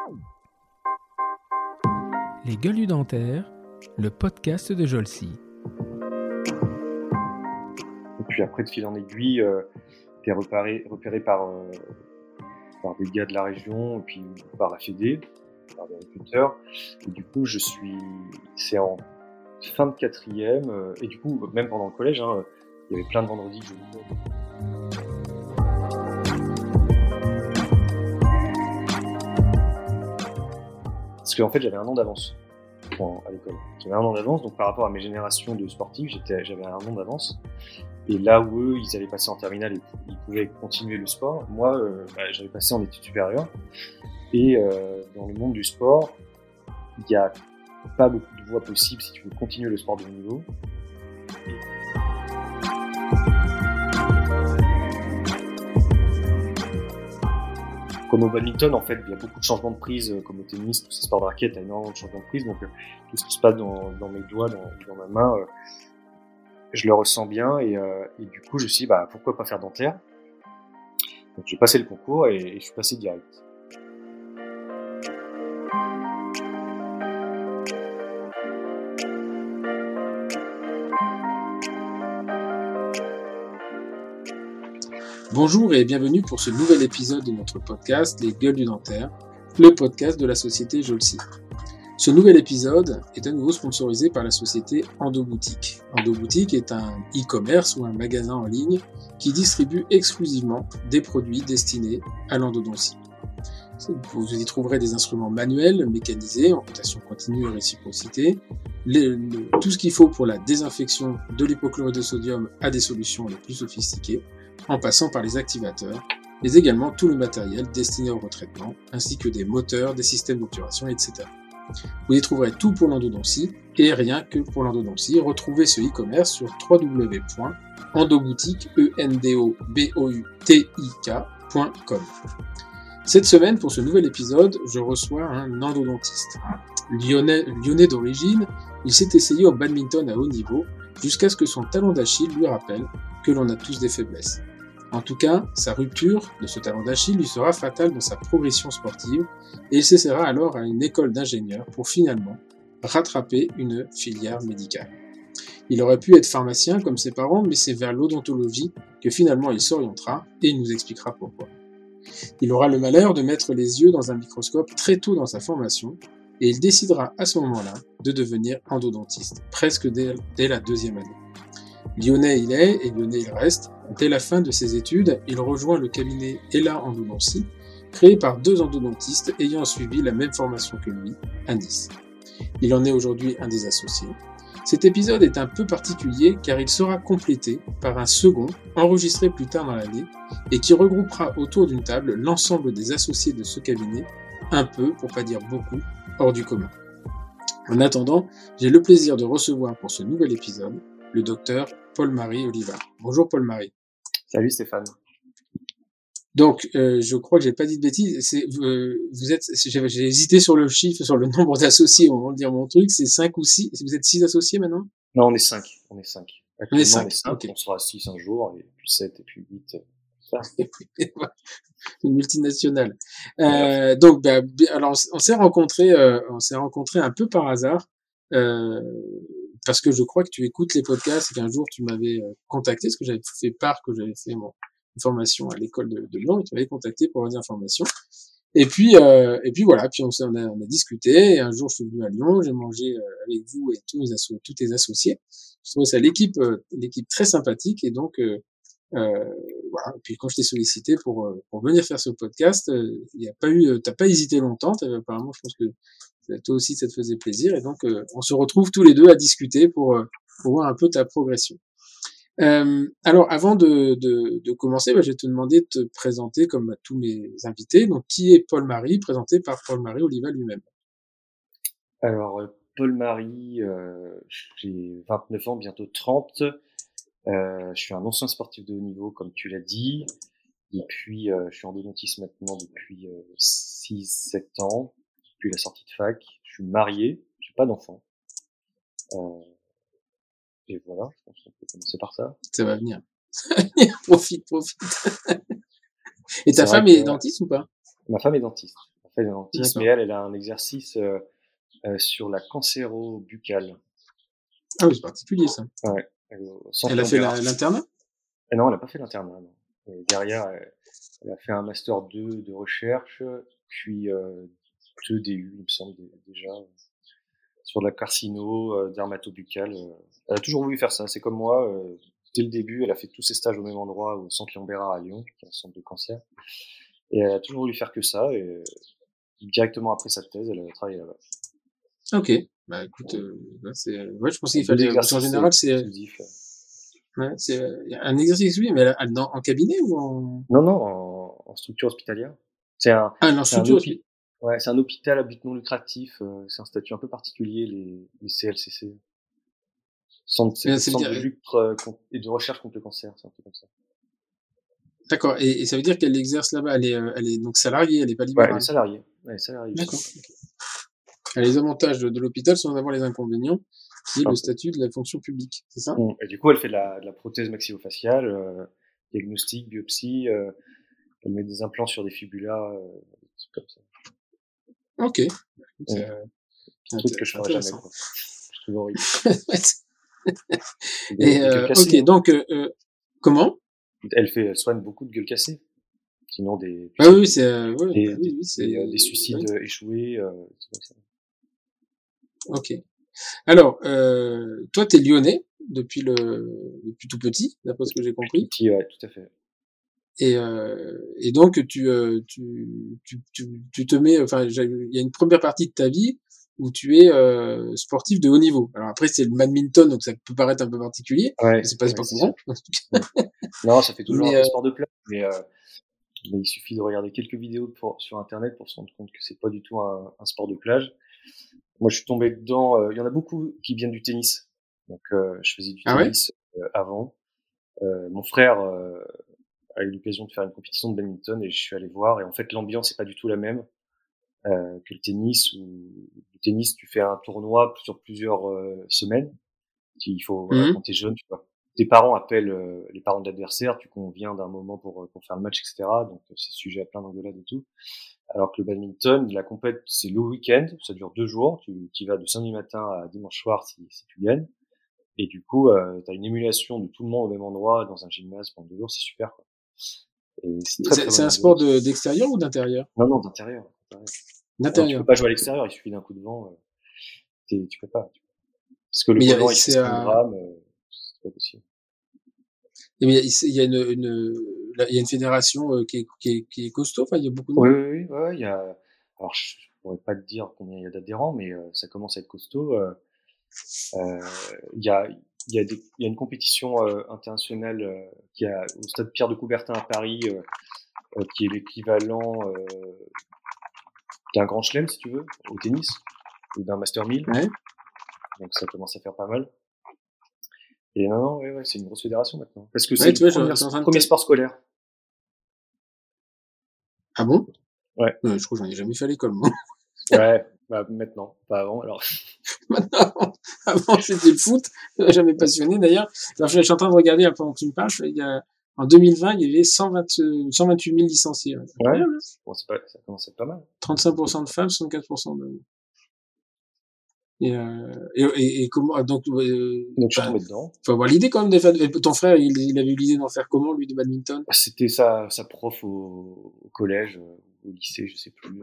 Les Gueules dentaires, le podcast de Jolcy. Et puis après, de fil en aiguille, t'es repéré par des gars de la région, et puis par la Fédé, par des recruteurs. Et du coup, c'est en fin de quatrième, et du coup, même pendant le collège, il y avait plein de vendredis que je jouais. Parce qu'en fait, j'avais un an d'avance à l'école. J'avais un an d'avance, donc par rapport à mes générations de sportifs, j'avais un an d'avance. Et là où eux, ils avaient passé en terminale et ils pouvaient continuer le sport, moi, j'avais passé en études supérieures. Et dans le monde du sport, il n'y a pas beaucoup de voies possibles si tu veux continuer le sport de haut niveau. Comme au badminton, en fait, il y a beaucoup de changements de prise, comme au tennis, tous ces sports de raquettes, il y a énormément de changements de prise, donc tout ce qui se passe dans mes doigts, dans ma main, je le ressens bien, et du coup, je me suis dit, pourquoi pas faire dentaire? Donc j'ai passé le concours et je suis passé direct. Bonjour et bienvenue pour ce nouvel épisode de notre podcast Les Gueules du dentaire, le podcast de la société Jolcy. Ce nouvel épisode est à nouveau sponsorisé par la société Endoboutique. Endoboutique est un e-commerce ou un magasin en ligne qui distribue exclusivement des produits destinés à l'endodontie. Vous y trouverez des instruments manuels, mécanisés, en rotation continue et réciprocité, tout ce qu'il faut pour la désinfection de l'hypochlorite de sodium à des solutions les plus sophistiquées, en passant par les activateurs, mais également tout le matériel destiné au retraitement, ainsi que des moteurs, des systèmes d'obturation, etc. Vous y trouverez tout pour l'endodontie, et rien que pour l'endodontie. Retrouvez ce e-commerce sur www.endoboutique.com. Cette semaine, pour ce nouvel épisode, je reçois un endodontiste. Lyonnais d'origine, il s'est essayé au badminton à haut niveau, jusqu'à ce que son talon d'Achille lui rappelle que l'on a tous des faiblesses. En tout cas, sa rupture de ce talon d'Achille lui sera fatale dans sa progression sportive et il s'essaiera alors à une école d'ingénieur pour finalement rattraper une filière médicale. Il aurait pu être pharmacien comme ses parents, mais c'est vers l'odontologie que finalement il s'orientera et il nous expliquera pourquoi. Il aura le malheur de mettre les yeux dans un microscope très tôt dans sa formation et il décidera à ce moment-là de devenir endodontiste, presque dès la 2e année. Lyonnais il est et Lyonnais il reste. Dès la fin de ses études, il rejoint le cabinet Ella Endodontie, créé par 2 endodontistes ayant suivi la même formation que lui à Nice. Il en est aujourd'hui un des associés. Cet épisode est un peu particulier car il sera complété par un second, enregistré plus tard dans l'année, et qui regroupera autour d'une table l'ensemble des associés de ce cabinet, un peu, pour pas dire beaucoup, hors du commun. En attendant, j'ai le plaisir de recevoir pour ce nouvel épisode le docteur Paul-Marie Oliva. Bonjour Paul-Marie. Salut Stéphane. Donc, je crois que j'ai pas dit de bêtises. J'ai hésité sur le chiffre, sur le nombre d'associés. On va dire mon truc, c'est 5 ou 6. Vous êtes 6 associés maintenant? Non, on est 5. On est 5. Okay. On sera 6 un jour, et puis 7, et puis 8. Une multinationale. Donc, alors, on s'est rencontrés un peu par hasard. Parce que je crois que tu écoutes les podcasts et qu'un jour tu m'avais contacté, parce que j'avais fait part que j'avais fait une formation à l'école de Lyon, et tu m'avais contacté pour avoir des informations. Et puis voilà, puis on a discuté, et un jour je suis venu à Lyon, j'ai mangé avec vous et tous tes associés. Je trouvais ça l'équipe très sympathique, et donc voilà. Et puis quand je t'ai sollicité pour venir faire ce podcast, t'as pas hésité longtemps, apparemment je pense que toi aussi ça te faisait plaisir, et donc on se retrouve tous les deux à discuter pour voir un peu ta progression. Alors avant de commencer, je vais te demander de te présenter comme à tous mes invités. Donc qui est Paul-Marie, présenté par Paul-Marie Oliva lui-même. Alors Paul-Marie, j'ai 29 ans, bientôt 30. Je suis un ancien sportif de haut niveau, comme tu l'as dit. Et puis je suis endodontiste maintenant depuis 6-7 ans. Depuis la sortie de fac, je suis marié, j'ai pas d'enfant. Et voilà, je pense qu'on peut commencer par ça. Ça va venir. Profite. Et ta femme est dentiste ou pas? Ma femme est dentiste. fait un autisme, mais elle a un exercice sur la cancéro-buccale. Ah oui, c'est particulier ça. Ouais. Elle a fait l'internat? Non, elle a pas fait l'internat. Non. Et derrière, elle a fait un master 2 de recherche, puis 2 DU, il me semble déjà, sur la carcino, dermatobuccale. Elle a toujours voulu faire ça. C'est comme moi. Dès le début, elle a fait tous ses stages au même endroit, au Centre Léon Bérard à Lyon, qui est un centre de cancer. Et elle a toujours voulu faire que ça. Et directement après sa thèse, elle a travaillé là-bas. Ok. Bah écoute, je pensais qu'il fallait. En général, c'est un exercice, oui, mais en cabinet ou en. Non, en structure hospitalière. C'est un hôpital à but non lucratif. C'est un statut un peu particulier, les CLCC. Centre de lutte et de recherche contre le cancer, c'est un peu comme ça. D'accord. Et ça veut dire qu'elle exerce là-bas. Elle est donc salariée, elle n'est pas libérale. Ouais, elle est salariée. D'accord. Les avantages de l'hôpital sans avoir les inconvénients, qui est le statut de la fonction publique, c'est ça? Et du coup, elle fait de la prothèse maxillofaciale, diagnostic, biopsie, elle met des implants sur des fibulas, c'est comme ça. Ok. C'est un truc que je ferai jamais, quoi. Je trouve horrible. Ok, donc, comment? Elle soigne beaucoup de gueules cassées. Sinon des suicides échoués, c'est comme ça. Ok. Alors, toi, t'es lyonnais depuis tout petit, d'après ce que j'ai compris. Petit, ouais, tout à fait. Et donc tu te mets, enfin, il y a une première partie de ta vie où tu es sportif de haut niveau. Alors après, c'est le badminton, donc ça peut paraître un peu particulier. Ouais, mais c'est pas courant. Non, ça fait toujours un peu sport de plage, mais il suffit de regarder quelques vidéos sur internet pour se rendre compte que c'est pas du tout un sport de plage. Moi, je suis tombé dedans. Il y en a beaucoup qui viennent du tennis. Donc, je faisais du tennis avant. Mon frère a eu l'occasion de faire une compétition de badminton et je suis allé voir. Et en fait, l'ambiance est pas du tout la même que le tennis. Le tennis, tu fais un tournoi sur plusieurs semaines. Il faut quand t'es jeune, tu vois. Tes parents appellent les parents de l'adversaire, tu conviens d'un moment pour faire le match, etc. Donc c'est sujet à plein d'engueulades et tout. Alors que le badminton, la compète, c'est le week-end, ça dure 2 jours. Tu vas de samedi matin à dimanche soir si tu gagnes. Et du coup, t'as une émulation de tout le monde au même endroit dans un gymnase pendant 2 jours, c'est super, quoi. Et c'est un sport d'extérieur ou d'intérieur? Non, d'intérieur. D'intérieur. Tu peux pas jouer à l'extérieur, il suffit d'un coup de vent. Tu peux pas. Parce que le volant, il fait 5 grammes, c'est pas possible. Il y a une fédération qui est costaud, enfin, il y a beaucoup de monde. Oui, il y a, alors je pourrais pas te dire combien il y a d'adhérents, mais ça commence à être costaud. Il y a une compétition internationale qui a au stade Pierre de Coubertin à Paris, qui est l'équivalent d'un grand chelem, si tu veux, au tennis, ou d'un Master 1000. Ouais. Donc ça commence à faire pas mal. Et non, c'est une grosse fédération maintenant. Parce que c'est le premier sport scolaire. Ah bon? Ouais. Je crois que j'en ai jamais fait à l'école, moi. Ouais, bah maintenant, pas avant, alors. Maintenant, avant c'était le foot, jamais passionné d'ailleurs. Alors, je suis en train de regarder pendant que tu me parles, en 2020, il y avait 128 000 licenciés. Ouais, bon, ça commence à être pas mal. 35% de femmes, 64% d'hommes. Et comment, donc je suis tombé dedans. Faut avoir l'idée quand même de faire, ton frère, il avait eu l'idée d'en faire comment, lui, du badminton? C'était sa prof au collège, au lycée, je sais plus,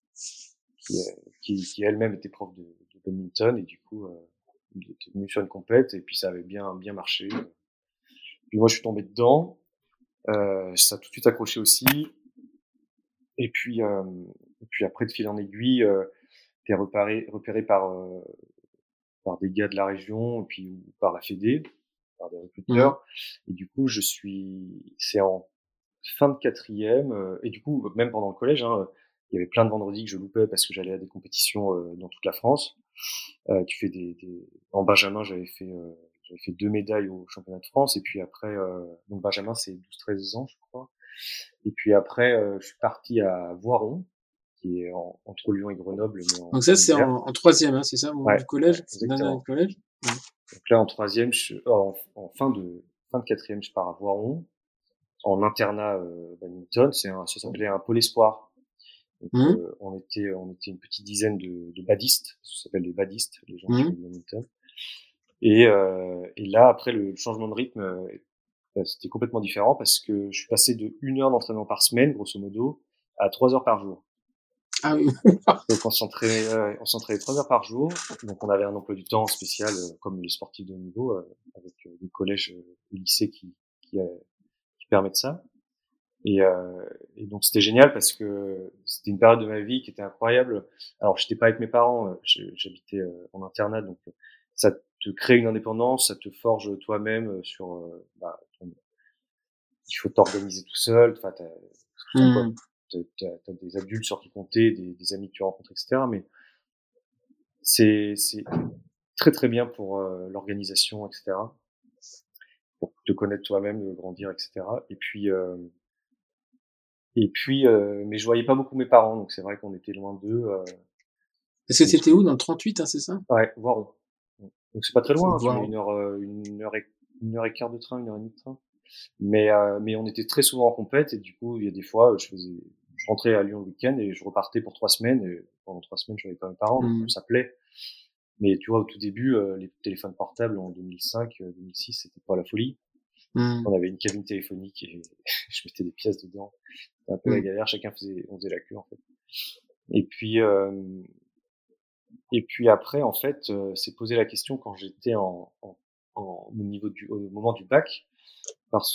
qui elle-même était prof de badminton, et du coup, il était venu faire une compète, et puis ça avait bien marché. Puis moi, je suis tombé dedans, ça a tout de suite accroché aussi. Et puis après, de fil en aiguille, t'es repéré par des gars de la région, et puis ou par la Fédé, par des recruteurs. Et du coup, c'est en fin de 4e, et du coup, même pendant le collège, il y avait plein de vendredis que je loupais parce que j'allais à des compétitions dans toute la France. Tu fais en Benjamin, j'avais fait 2 médailles au championnat de France, et puis après, donc Benjamin, c'est 12-13 ans, je crois. Et puis après, je suis parti à Voiron, qui est entre Lyon et Grenoble. Donc ça, c'est en 3e, c'est ça, du collège? C'est le collège. Donc là, en 3e, en fin de 4e, je pars à Voiron, en internat badminton. Ça s'appelait un pôle espoir. Donc, Mmh. on était une petite dizaine de badistes, ça s'appelle les badistes, les gens qui font du badminton. Et là, après le changement de rythme, c'était complètement différent parce que je suis passé de 1 heure d'entraînement par semaine, grosso modo, à 3 heures par jour. Ah oui. Donc on s'entraînait 3 heures par jour. Donc on avait un emploi du temps spécial, comme les sportifs de haut niveau, avec des collèges et lycées qui permettent ça. Et donc c'était génial parce que c'était une période de ma vie qui était incroyable. Alors j'étais pas avec mes parents, j'habitais en internat, donc ça te crée une indépendance, ça te forge toi-même sur il faut t'organiser tout seul. Enfin, c'est tout ça, quoi. T'as des adultes sur qui compter, des amis que tu rencontres, etc. Mais c'est très très bien pour l'organisation, etc. Pour te connaître toi-même, grandir, etc. Et puis mais je voyais pas beaucoup mes parents, donc c'est vrai qu'on était loin d'eux. Est-ce que c'était où, dans le 38, hein, c'est ça? Ouais, Voiron. Donc c'est pas très loin, hein, tu mets Voiron. une heure et quart de train, 1 heure et demie de train. Mais on était très souvent en compète, et du coup, il y a des fois, je rentrais à Lyon le week-end et je repartais pour 3 semaines, et pendant 3 semaines, je voyais pas mes parents, donc on s'appelait. Mais tu vois, au tout début, les téléphones portables en 2005, 2006, c'était pas la folie. On avait une cabine téléphonique et je mettais des pièces dedans. C'était un peu la galère, on faisait la queue, en fait. Et puis après, en fait, s'est posé la question quand j'étais au moment du bac, parce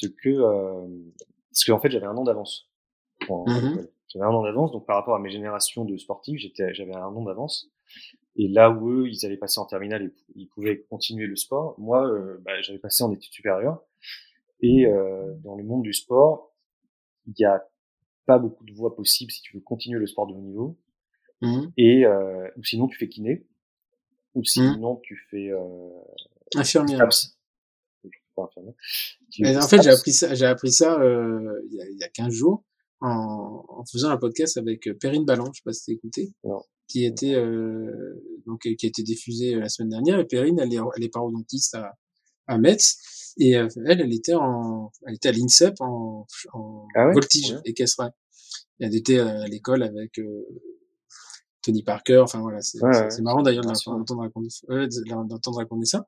qu'en fait, j'avais 1 an d'avance à l'école. J'avais 1 an d'avance, donc par rapport à mes générations de sportifs, j'avais 1 an d'avance. Et là où eux, ils avaient passé en terminale et ils pouvaient continuer le sport, moi, j'avais passé en études supérieures. Et dans le monde du sport, il y a pas beaucoup de voies possibles si tu veux continuer le sport de haut niveau. Et ou sinon tu fais kiné, ou sinon tu fais infirmière. Pas infirmière. En fait, j'ai appris ça il y a 15 jours en faisant un podcast avec Perrine Balland, je sais pas si t'as écouté. Non. Qui était qui a été diffusé la semaine dernière. Et Perrine, elle est parodontiste à Metz, et elle était à l'INSEP en voltige équestre. Elle était à l'école avec Tony Parker. Enfin voilà, c'est marrant d'ailleurs d'entendre raconter ça.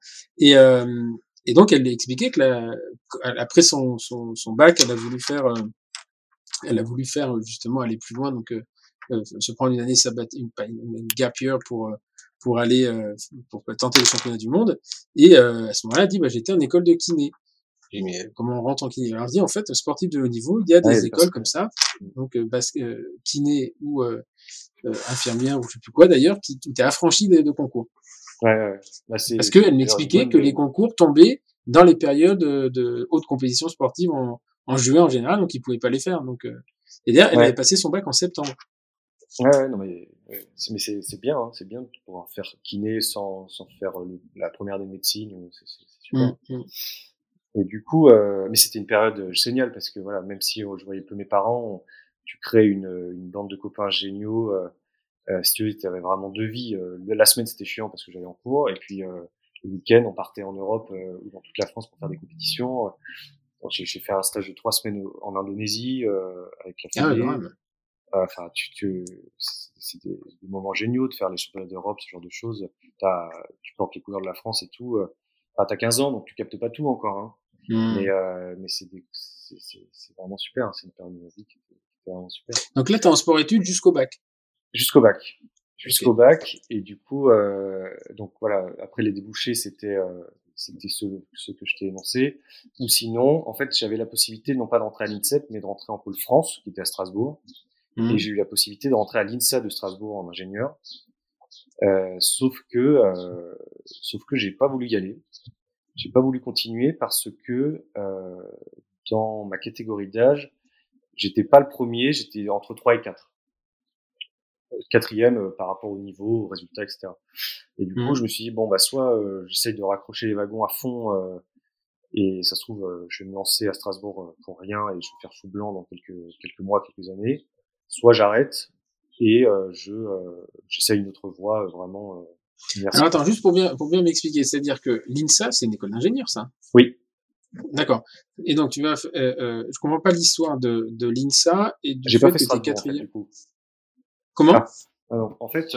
Et donc elle expliquait que après son bac, elle a voulu faire justement aller plus loin, donc se prendre une année sabbatique, une gap year pour aller pour tenter le championnat du monde. Et à ce moment-là, elle dit j'étais en école de kiné. J'ai dit, mais comment on rentre en kiné? Alors je dis, en fait, sportif de haut niveau, il y a des écoles comme ça, donc kiné ou infirmière ou je sais plus quoi d'ailleurs, qui t'es affranchi de concours. Parce qu'elle m'expliquait que les concours tombaient dans les périodes de haute compétition sportive en juin en général, donc ils pouvaient pas les faire. Donc et d'ailleurs, elle avait passé son bac en septembre. Non mais c'est bien, hein, c'est bien de pouvoir faire kiné sans faire la première année de médecine, c'est super. Et du coup, mais c'était une période géniale parce que voilà, même si je voyais peu mes parents, tu crées une bande de copains géniaux. Si tu veux, t'avais vraiment 2 vies. La semaine c'était chiant parce que j'allais en cours, et puis le week-end on partait en Europe ou dans toute la France pour faire des compétitions. J'ai fait un stage de 3 semaines en Indonésie avec la fédé. Enfin, c'est des moments géniaux de faire les championnats d'Europe, ce genre de choses. Tu portes les couleurs de la France et tout. T'as 15 ans, donc tu captes pas tout encore, hein. Mais c'est vraiment super, hein. C'est une période de ma vie qui était vraiment super. Donc là, t'es en sport-études jusqu'au bac. Jusqu'au bac. Et du coup, donc voilà, après les débouchés, c'était ce que je t'ai énoncé. Ou sinon, en fait, j'avais la possibilité non pas d'entrer à l'INSEP, mais de rentrer en pôle France, qui était à Strasbourg. Et j'ai eu la possibilité de rentrer à l'INSA de Strasbourg en ingénieur. Sauf que j'ai pas voulu y aller. J'ai pas voulu continuer parce que dans ma catégorie d'âge, j'étais pas le premier, j'étais entre 3 et 4. 4e par rapport au niveau, aux résultats, etc. Et du coup, je me suis dit, soit j'essaye de raccrocher les wagons à fond, et ça se trouve, je vais me lancer à Strasbourg pour rien et je vais faire chou blanc dans quelques mois, quelques années. Soit j'arrête et j'essaye une autre voie vraiment. Alors attends, juste pour bien m'expliquer, c'est-à-dire que l'INSA, c'est une école d'ingénieur, ça? Oui. D'accord. Et donc tu vas, je comprends pas l'histoire de l'INSA et du J'ai fait pas fait que t'es Strasbourg, en fait, quatrième. du coup. Comment? En fait,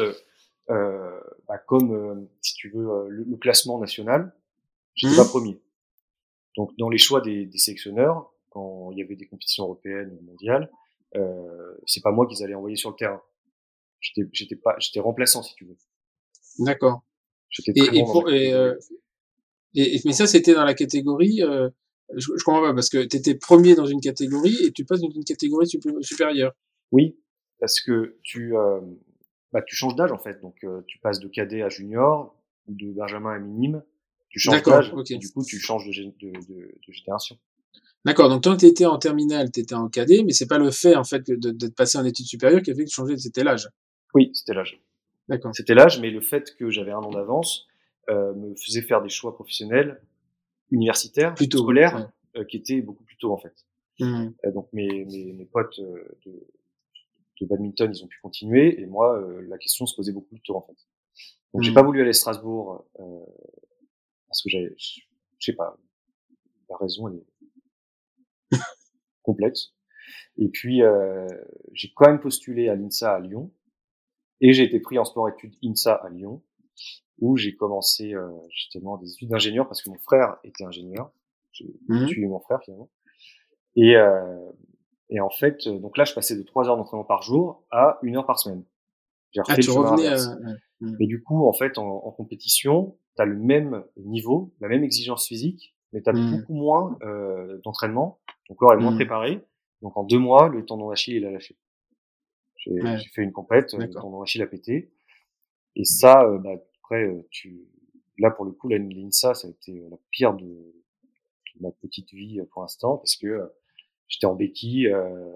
comme si tu veux le classement national, j'étais pas premier. Donc dans les choix des sélectionneurs, quand il y avait des compétitions européennes ou mondiales, c'est pas moi qu'ils allaient envoyer sur le terrain. J'étais remplaçant si tu veux. D'accord. J'étais très bon dans ma catégorie. Mais ça, c'était dans la catégorie. Je comprends pas parce que t'étais premier dans une catégorie et tu passes dans une catégorie supérieure. Oui, parce que tu changes d'âge en fait. Donc tu passes de cadet à junior ou de benjamin à minime. Tu changes d'âge Ok. et du coup tu changes de génération. D'accord. Donc, quand tu étais en terminale, tu étais en cadet, mais c'est pas le fait, en fait, d'être passé en études supérieures qui a fait que tu changeais, c'était l'âge. Oui, c'était l'âge. D'accord. C'était l'âge, mais le fait que j'avais un an d'avance me faisait faire des choix professionnels, universitaires, Plutôt, scolaires, qui étaient beaucoup plus tôt en fait. Mmh. Donc mes potes de badminton, ils ont pu continuer, et moi, la question se posait beaucoup plus tôt en fait. Donc j'ai pas voulu aller à Strasbourg parce que je sais pas, la raison elle est complexe. Et puis j'ai quand même postulé à l'INSA à Lyon, et j'ai été pris en sport-études INSA à Lyon, où j'ai commencé justement des études d'ingénieur parce que mon frère était ingénieur. J'ai suivi mon frère finalement. Et en fait, donc là, je passais de 3 heures d'entraînement par jour à 1 heure par semaine. J'ai refait le chemin inverse. Et du coup, en fait, en compétition, tu as le même niveau, la même exigence physique, mais tu as beaucoup moins d'entraînement. Ton corps est moins préparé. Donc en 2 mois, le tendon d'Achille, il a lâché. J'ai fait une compète, le tendon d'Achille a pété. Et ça, après, là, pour le coup, l'INSA, ça a été la pire de ma petite vie pour l'instant, parce que j'étais en béquille,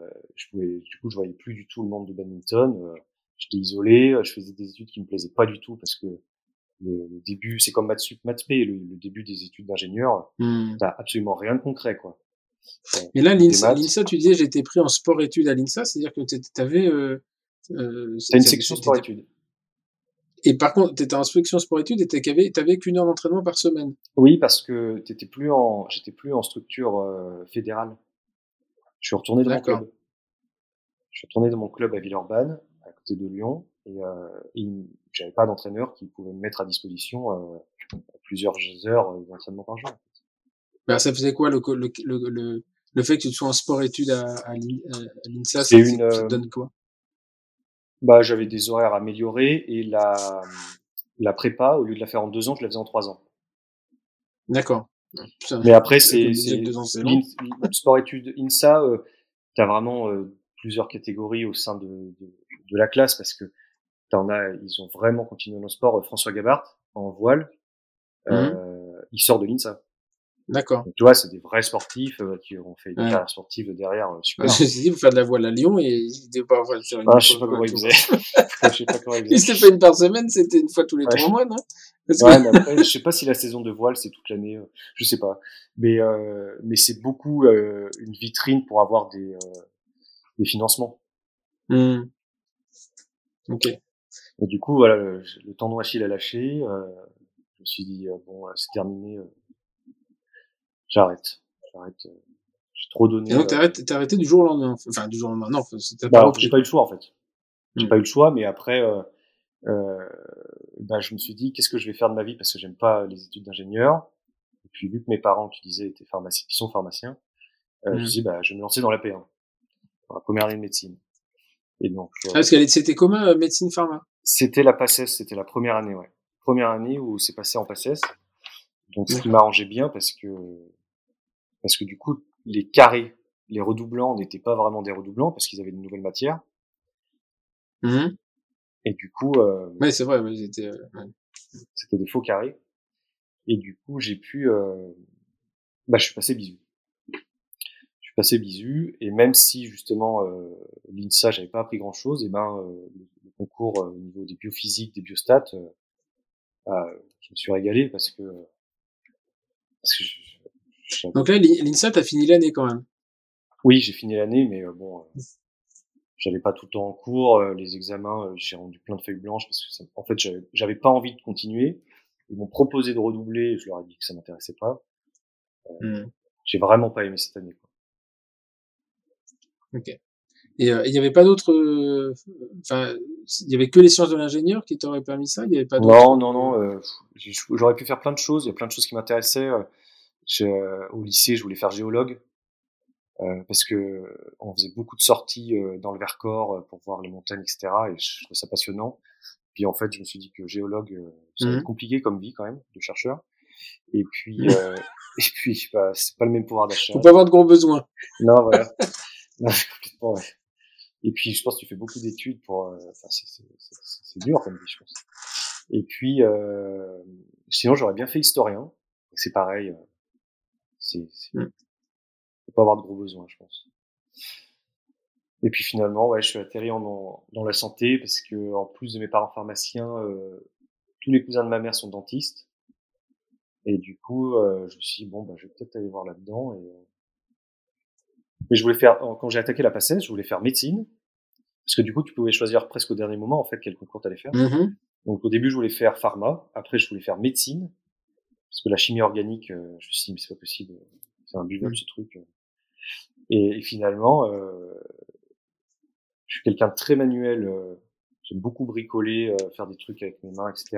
je voyais plus du tout le monde de badminton, j'étais isolé, je faisais des études qui me plaisaient pas du tout parce que le début, c'est comme maths sup, maths spé, le début des études d'ingénieur, t'as absolument rien de concret, quoi. Mais là, l'INSA, tu disais, j'étais pris en sport-études à l'INSA, c'est-à-dire que t'avais, t'as une section sport-études. Et par contre, t'étais en section sport-études et t'avais qu'une heure d'entraînement par semaine. Oui, parce que j'étais plus en structure fédérale. Je suis retourné dans mon club. Je suis retourné dans mon club à Villeurbanne, à côté de Lyon, et j'avais pas d'entraîneur qui pouvait me mettre à disposition plusieurs heures d'entraînement par jour. Ben, ça faisait quoi le fait que tu sois en sport-études à l'INSA, ça te donne quoi? J'avais des horaires améliorés, et la prépa, au lieu de la faire en 2 ans, je la faisais en 3 ans. D'accord. Mais après, c'est sport-études INSA, t'as vraiment plusieurs catégories au sein de la classe, parce que ils ont vraiment continué dans le sport. François Gabart, en voile, il sort de l'INSA. D'accord. Donc, tu vois, c'est des vrais sportifs qui ont fait une carrière sportive derrière. Super. Je me suis dit, vous faire de la voile à Lyon et il devait pas faire une je sais pas comment il faisait. Je sais pas comment il faisait. Il s'était fait une par semaine, c'était une fois tous les 3 mois, non? Mais après, je sais pas si la saison de voile c'est toute l'année, je sais pas. Mais c'est beaucoup une vitrine pour avoir des financements. Ok. Et du coup, voilà, le tendon d'Achille a lâché. Je me suis dit bon, c'est terminé. J'arrête. J'ai trop donné. Et donc t'as arrêté du jour au lendemain. Enfin, du jour au lendemain. Non, c'était pas repris. J'ai pas eu le choix en fait. J'ai pas eu le choix, mais après, je me suis dit qu'est-ce que je vais faire de ma vie, parce que j'aime pas les études d'ingénieur. Et puis vu que mes parents, tu disais, étaient pharmaciens, qui sont pharmaciens, je me suis dit je vais me lancer dans la P1, dans la première année de médecine. Et donc. Parce que c'était commun médecine pharma. C'était la PACES, c'était la première année, ouais. Première année où c'est passé en PACES. Donc ce qui m'arrangeait bien parce que du coup les carrés, les redoublants n'étaient pas vraiment des redoublants parce qu'ils avaient de nouvelles matières. Et du coup, ouais, c'est vrai, c'était des faux carrés. Et du coup, j'ai pu, je suis passé bisu. Et même si justement l'INSA, j'avais pas appris grand chose, et le concours au niveau des biophysiques, des biostats, je me suis régalé parce que donc là, l'INSA, t'as fini l'année quand même. Oui, j'ai fini l'année, mais j'avais pas tout le temps en cours. Les examens, j'ai rendu plein de feuilles blanches parce que en fait, j'avais pas envie de continuer. Ils m'ont proposé de redoubler, je leur ai dit que ça m'intéressait pas. J'ai vraiment pas aimé cette année, quoi. Ok. Et il n'y avait pas d'autres... Enfin, il y avait que les sciences de l'ingénieur qui t'auraient permis ça? Il n'y avait pas d'autres... Non. J'aurais pu faire plein de choses. Il y a plein de choses qui m'intéressaient. Au lycée, je voulais faire géologue. Parce que on faisait beaucoup de sorties dans le Vercors pour voir les montagnes, etc. Et je trouvais ça passionnant. Puis en fait, je me suis dit que géologue, ça va être compliqué comme vie quand même, de chercheur. Et puis, bah, c'est pas le même pouvoir d'achat. Faut pas avoir de gros besoins. Non, voilà. Non, complètement, ouais. Et puis, je pense que tu fais beaucoup d'études pour. Enfin, c'est dur comme vie, je pense. Et puis, sinon, j'aurais bien fait historien. C'est pareil. Faut pas avoir de gros besoins, je pense. Et puis finalement, ouais, je suis atterri dans la santé parce que en plus de mes parents pharmaciens, tous les cousins de ma mère sont dentistes. Et du coup, je me suis dit, bon, bah, je vais peut-être aller voir là-dedans. Mais je voulais faire, quand j'ai attaqué la PACES, je voulais faire médecine. Parce que du coup, tu pouvais choisir presque au dernier moment, en fait, quel concours t'allais faire. Donc au début, je voulais faire pharma. Après, je voulais faire médecine. Parce que la chimie organique, je me suis dit, mais c'est pas possible. C'est un buvable, ce truc. Et finalement, je suis quelqu'un de très manuel. J'aime beaucoup bricoler, faire des trucs avec mes mains, etc.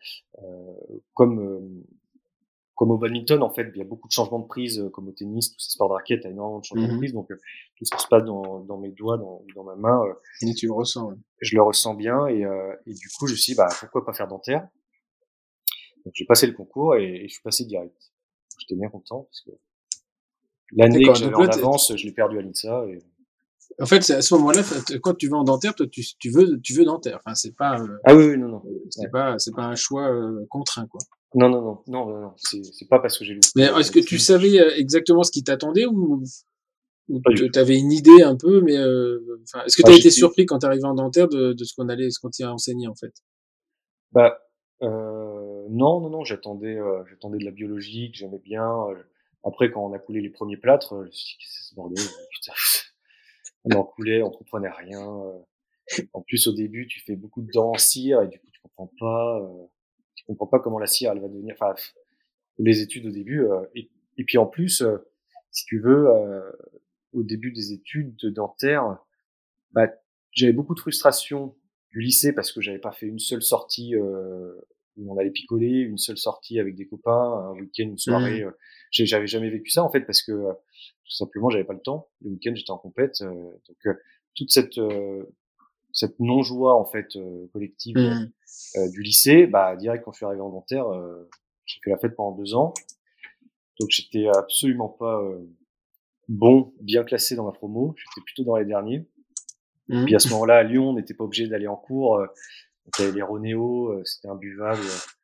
Comme au badminton, en fait, il y a beaucoup de changements de prise, comme au tennis, tous ces sports de raquettes, il y a énormément de changements de prise. Donc, tout ce qui se passe dans mes doigts, dans ma main, et tu le ressens. Ouais. Je le ressens bien. Et du coup, je me suis dit, bah, pourquoi pas faire dentaire? Donc, j'ai passé le concours et je suis passé direct. J'étais bien content parce que l'année que j'avais en avance, je l'ai perdu à l'INSA. Et... En fait, c'est à ce moment-là, quand tu vas en dentaire, toi, tu veux dentaire. Enfin, c'est pas. Ah oui, non. C'est pas un choix contraint, quoi. Non. C'est pas parce que j'ai loupé. Mais est-ce que tu savais exactement ce qui t'attendait ou t'avais une idée un peu, mais est-ce que t'as été surpris quand t'arrivais en dentaire de ce qu'on t'y a enseigné en fait? Bah non, j'attendais de la biologie que j'aimais bien. Après, quand on a coulé les premiers plâtres, je me suis dit, qu'est-ce que c'est ce bordel, putain. On en coulait, on comprenait rien. En plus, au début, tu fais beaucoup de dents en cire et du coup, tu comprends pas comment la cire elle va devenir. Enfin, les études au début et puis en plus, si tu veux, au début des études de dentaire, bah, j'avais beaucoup de frustration du lycée parce que j'avais pas fait une seule sortie où on allait picoler, une seule sortie avec des copains, un week-end, une soirée. J'avais jamais vécu ça en fait parce que tout simplement j'avais pas le temps. Le week-end j'étais en compète, donc toute cette non-joie en fait collective du lycée, bah direct quand je suis arrivé en dentaire, j'ai fait la fête pendant 2 ans, donc j'étais absolument pas bien classé dans ma promo, j'étais plutôt dans les derniers. Puis à ce moment-là, à Lyon, on n'était pas obligé d'aller en cours. Donc il y avait les Ronéo, c'était imbuvable.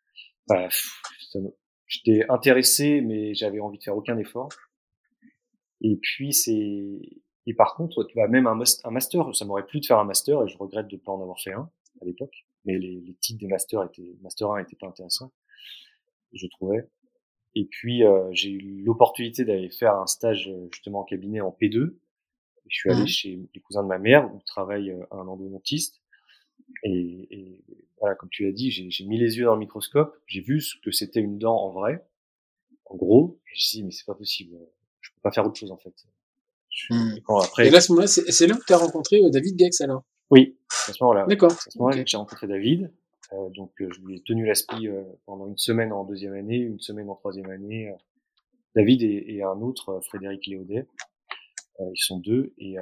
J'étais intéressé, mais j'avais envie de faire aucun effort. Et puis et par contre, même un master, ça m'aurait plu de faire un master, et je regrette de ne pas en avoir fait un à l'époque. Mais les titres des master 1 étaient pas intéressants, je trouvais. Et puis j'ai eu l'opportunité d'aller faire un stage justement en cabinet en P2. Je suis allé chez les cousins de ma mère où travaille un endodontiste. Et voilà, comme tu l'as dit, j'ai mis les yeux dans le microscope, j'ai vu ce que c'était une dent en vrai, en gros, et je me suis dit, mais c'est pas possible, je peux pas faire autre chose en fait. Et là, à ce moment-là, c'est là où tu as rencontré David Gex alors? Oui, à ce moment-là. D'accord. À ce moment-là que j'ai rencontré David. Donc je lui ai tenu l'aspi pendant une semaine en 2e année, une semaine en 3e année. David et un autre, Frédéric Léaudet. Ils sont 2 et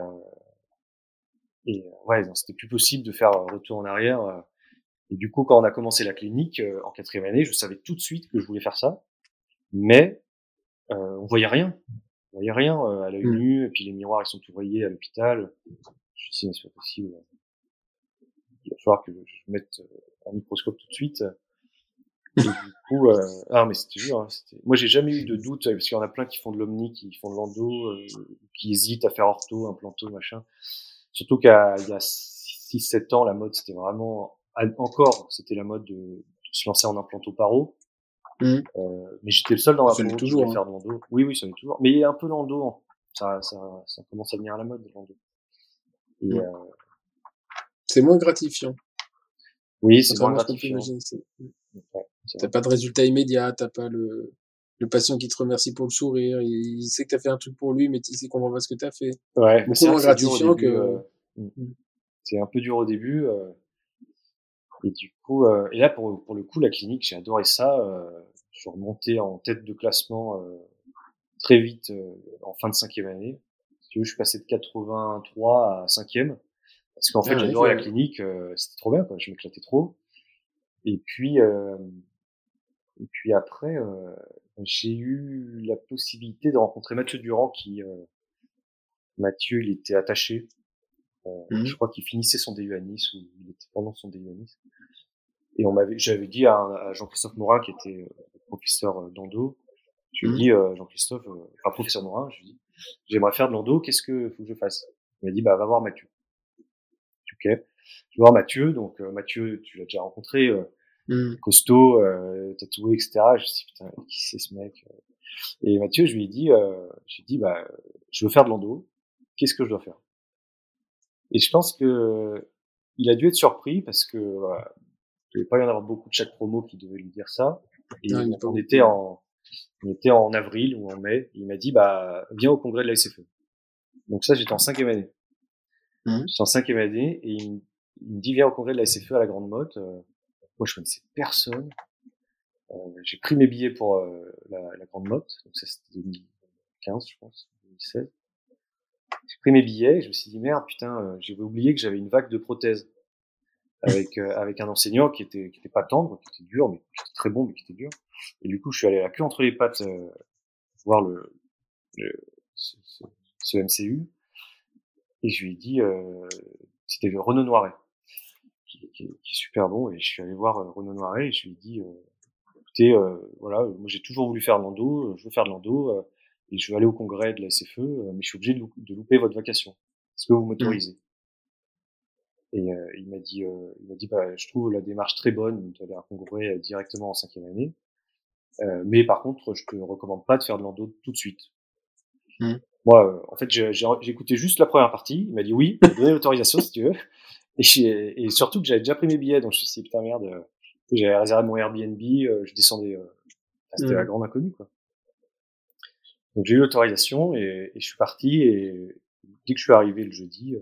ouais, donc c'était plus possible de faire retour en arrière. Et du coup, quand on a commencé la clinique en 4e année, je savais tout de suite que je voulais faire ça, mais on voyait rien. On voyait rien à l'œil nu, et puis les miroirs ils sont tout rayés à l'hôpital. Je me suis dit, mais c'est pas possible. Il va falloir que je mette un microscope tout de suite. Et du coup, mais c'était dur. Hein, moi, j'ai jamais eu de doute parce qu'il y en a plein qui font de l'omni, qui font de l'endo, qui hésitent à faire ortho, implanto, machin. Surtout qu'il y a 6-7 ans, la mode, c'était vraiment c'était la mode de se lancer en implanto-paro. Mais j'étais le seul dans la promo qui voulait faire de l'endo. Oui, ça l'est toujours. Mais il y a un peu l'endo, hein. Ça commence à venir à la mode, l'endo. Et c'est moins gratifiant. Oui, c'est moins gratifiant. T'as pas de résultat immédiat, t'as pas le patient qui te remercie pour le sourire, il sait que t'as fait un truc pour lui, mais il sait qu'on comprend pas ce que t'as fait. Ouais, beaucoup moins gratifiant que C'est un peu dur au début. Et du coup, et là, pour le coup, la clinique, j'ai adoré ça. Je suis remonté en tête de classement très vite en fin de 5e année. Si tu veux, je suis passé de 83 à 5e. Parce qu'en fait, j'adorais la clinique. C'était trop bien, quoi. Je m'éclatais trop. Et puis après, j'ai eu la possibilité de rencontrer Mathieu Durand Mathieu, il était attaché. Je crois qu'il finissait son DU à Nice ou il était pendant son DU à Nice. Et j'avais dit à Jean-Christophe Morin, qui était professeur d'endo, je lui ai dit, Jean-Christophe, professeur Morin, je lui ai dit, j'aimerais faire de l'endo, qu'est-ce que faut que je fasse? Il m'a dit, va voir Mathieu. Ok. Je vais voir Mathieu, donc Mathieu, tu l'as déjà rencontré, costaud, tatoué, etc. Je me suis dit, putain, qui c'est ce mec? Et Mathieu, je lui ai dit, je veux faire de l'endo, qu'est-ce que je dois faire? Et je pense que il a dû être surpris parce que il devait pas y en avoir beaucoup de chaque promo qui devaient lui dire ça. Et on était en avril ou en mai. Et il m'a dit, viens au congrès de la SFE. Donc ça, j'étais en 5e année. J'étais en 5e année et il me dit, viens au congrès de la SFE à la Grande Motte. Moi, je connaissais personne. J'ai pris mes billets pour la Grande Motte. Donc ça, c'était 2015, je pense, 2016. J'ai pris mes billets et je me suis dit, merde, putain, j'avais oublié que j'avais une vague de prothèses. Avec un enseignant qui était pas tendre, qui était dur, mais qui était très bon, mais qui était dur. Et du coup, je suis allé la queue entre les pattes voir ce MCU. Et je lui ai dit, c'était le Renaud Noiret, qui est super bon. Et je suis allé voir Renaud Noiret et je lui ai dit, écoutez, voilà, moi j'ai toujours voulu faire de l'endo, je veux faire de l'endo, et je veux aller au congrès de la SFE, mais je suis obligé de louper votre vacation. Est-ce que vous m'autorisez? Et il m'a dit, je trouve la démarche très bonne d'aller à un congrès directement en 5e année. Mais par contre, je te recommande pas de faire de l'endo tout de suite. Moi, en fait, j'ai écouté juste la première partie. Il m'a dit oui, il m'a donné l'autorisation si tu veux. Et surtout que j'avais déjà pris mes billets, donc je me suis dit putain merde, j'avais réservé mon Airbnb, je descendais, c'était la grande inconnue quoi. Donc j'ai eu l'autorisation et je suis parti et dès que je suis arrivé le jeudi,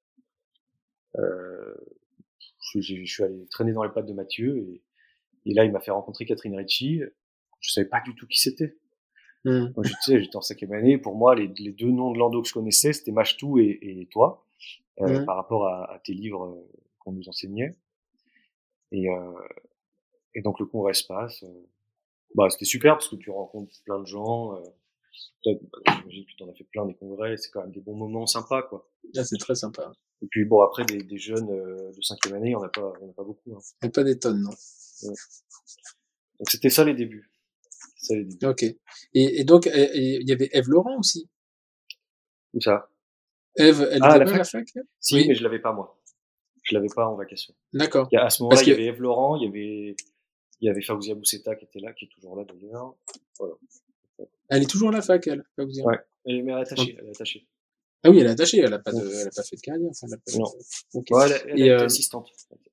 je suis allé traîner dans les pattes de Mathieu et là il m'a fait rencontrer Catherine Ricci. Je savais pas du tout qui c'était. Moi, j'étais en 5e année. Pour moi, les deux noms de l'endo que je connaissais, c'était Machtou et toi, par rapport à tes livres qu'on nous enseignait. Et donc le congrès se passe. C'était super parce que tu rencontres plein de gens. J'imagine que tu en as fait plein des congrès. C'est quand même des bons moments sympas, quoi. Ah, c'est très sympa. Et puis bon, après des jeunes de 5e année, on n'a pas beaucoup. Hein. Il n'y a pas des tonnes, non. Ouais. Donc c'était ça les débuts. Ok. Et donc il y avait Ève Laurent aussi. Où ça? Ève, elle était pas à la fac là? Si, oui. Mais je l'avais pas moi. Je l'avais pas en vacation. D'accord. À ce moment-là, il y avait Ève Laurent, il y avait Faouzia Bousseta qui était là, qui est toujours là d'ailleurs. Voilà. Elle est toujours à la fac, elle, Faouzia. Ouais. Mais elle est attachée. Ah oui, elle est attachée. Elle a pas fait de carrière. Non. Okay. Ouais, elle a été assistante.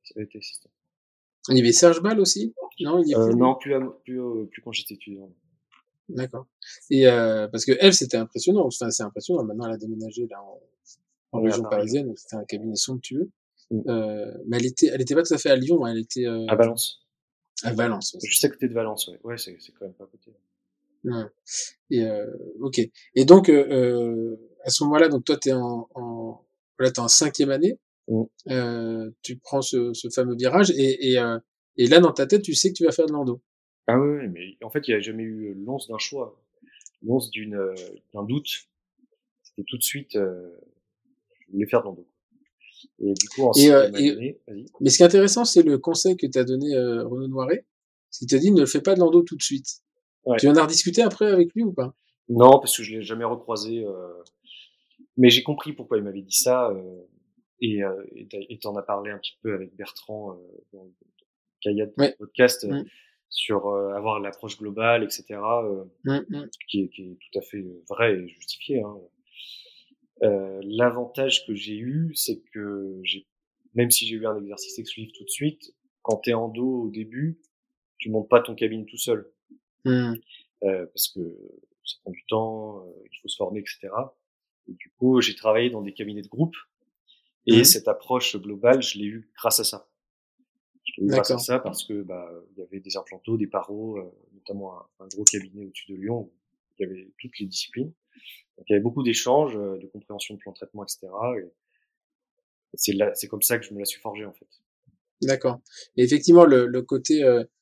Il y avait Serge Ball aussi. Non, il y a non, plus quand j'étais étudiant. D'accord. Et parce que Ève, c'était impressionnant. Enfin, c'est impressionnant. Maintenant, elle a déménagé là en région parisienne. C'était un cabinet somptueux. Mais elle était pas tout à fait à Lyon. Elle était à Valence. À Valence. Ouais. Juste à côté de Valence, ouais. Ouais, c'est quand même pas à côté. Ouais. Et ok. Et donc à ce moment-là, donc toi t'es en 5e année. Tu prends ce fameux virage et là dans ta tête, tu sais que tu vas faire de l'endo. Ah ouais, mais en fait, il n'y a jamais eu l'once d'un choix, l'once d'un doute. C'était tout de suite, je voulais faire de l'endo. Et du coup, en 5e année, vas-y. Mais ce qui est intéressant, c'est le conseil que t'as donné Renaud Noiret. Il t'a dit ne fais pas de l'endo tout de suite. Ouais. Tu en as rediscuté après avec lui ou pas? Non, parce que je l'ai jamais recroisé. Mais j'ai compris pourquoi il m'avait dit ça. Et t'en as parlé un petit peu avec Bertrand dans le Kayat podcast sur avoir l'approche globale, etc. Qui est tout à fait vrai et justifié. Hein. L'avantage que j'ai eu, c'est que même si j'ai eu un exercice exclusif tout de suite, quand t'es en dos au début, tu montes pas ton cabinet tout seul. Parce que ça prend du temps, il faut se former, etc. Et du coup, j'ai travaillé dans des cabinets de groupe. Et cette approche globale, je l'ai eue grâce à ça. Je l'ai eue grâce à ça parce que il y avait des implantos, des paros, notamment un gros cabinet au-dessus de Lyon où il y avait toutes les disciplines. Donc il y avait beaucoup d'échanges, de compréhension de plan de traitement, etc. Et c'est comme ça que je me la suis forgé en fait. D'accord. Et effectivement, le côté,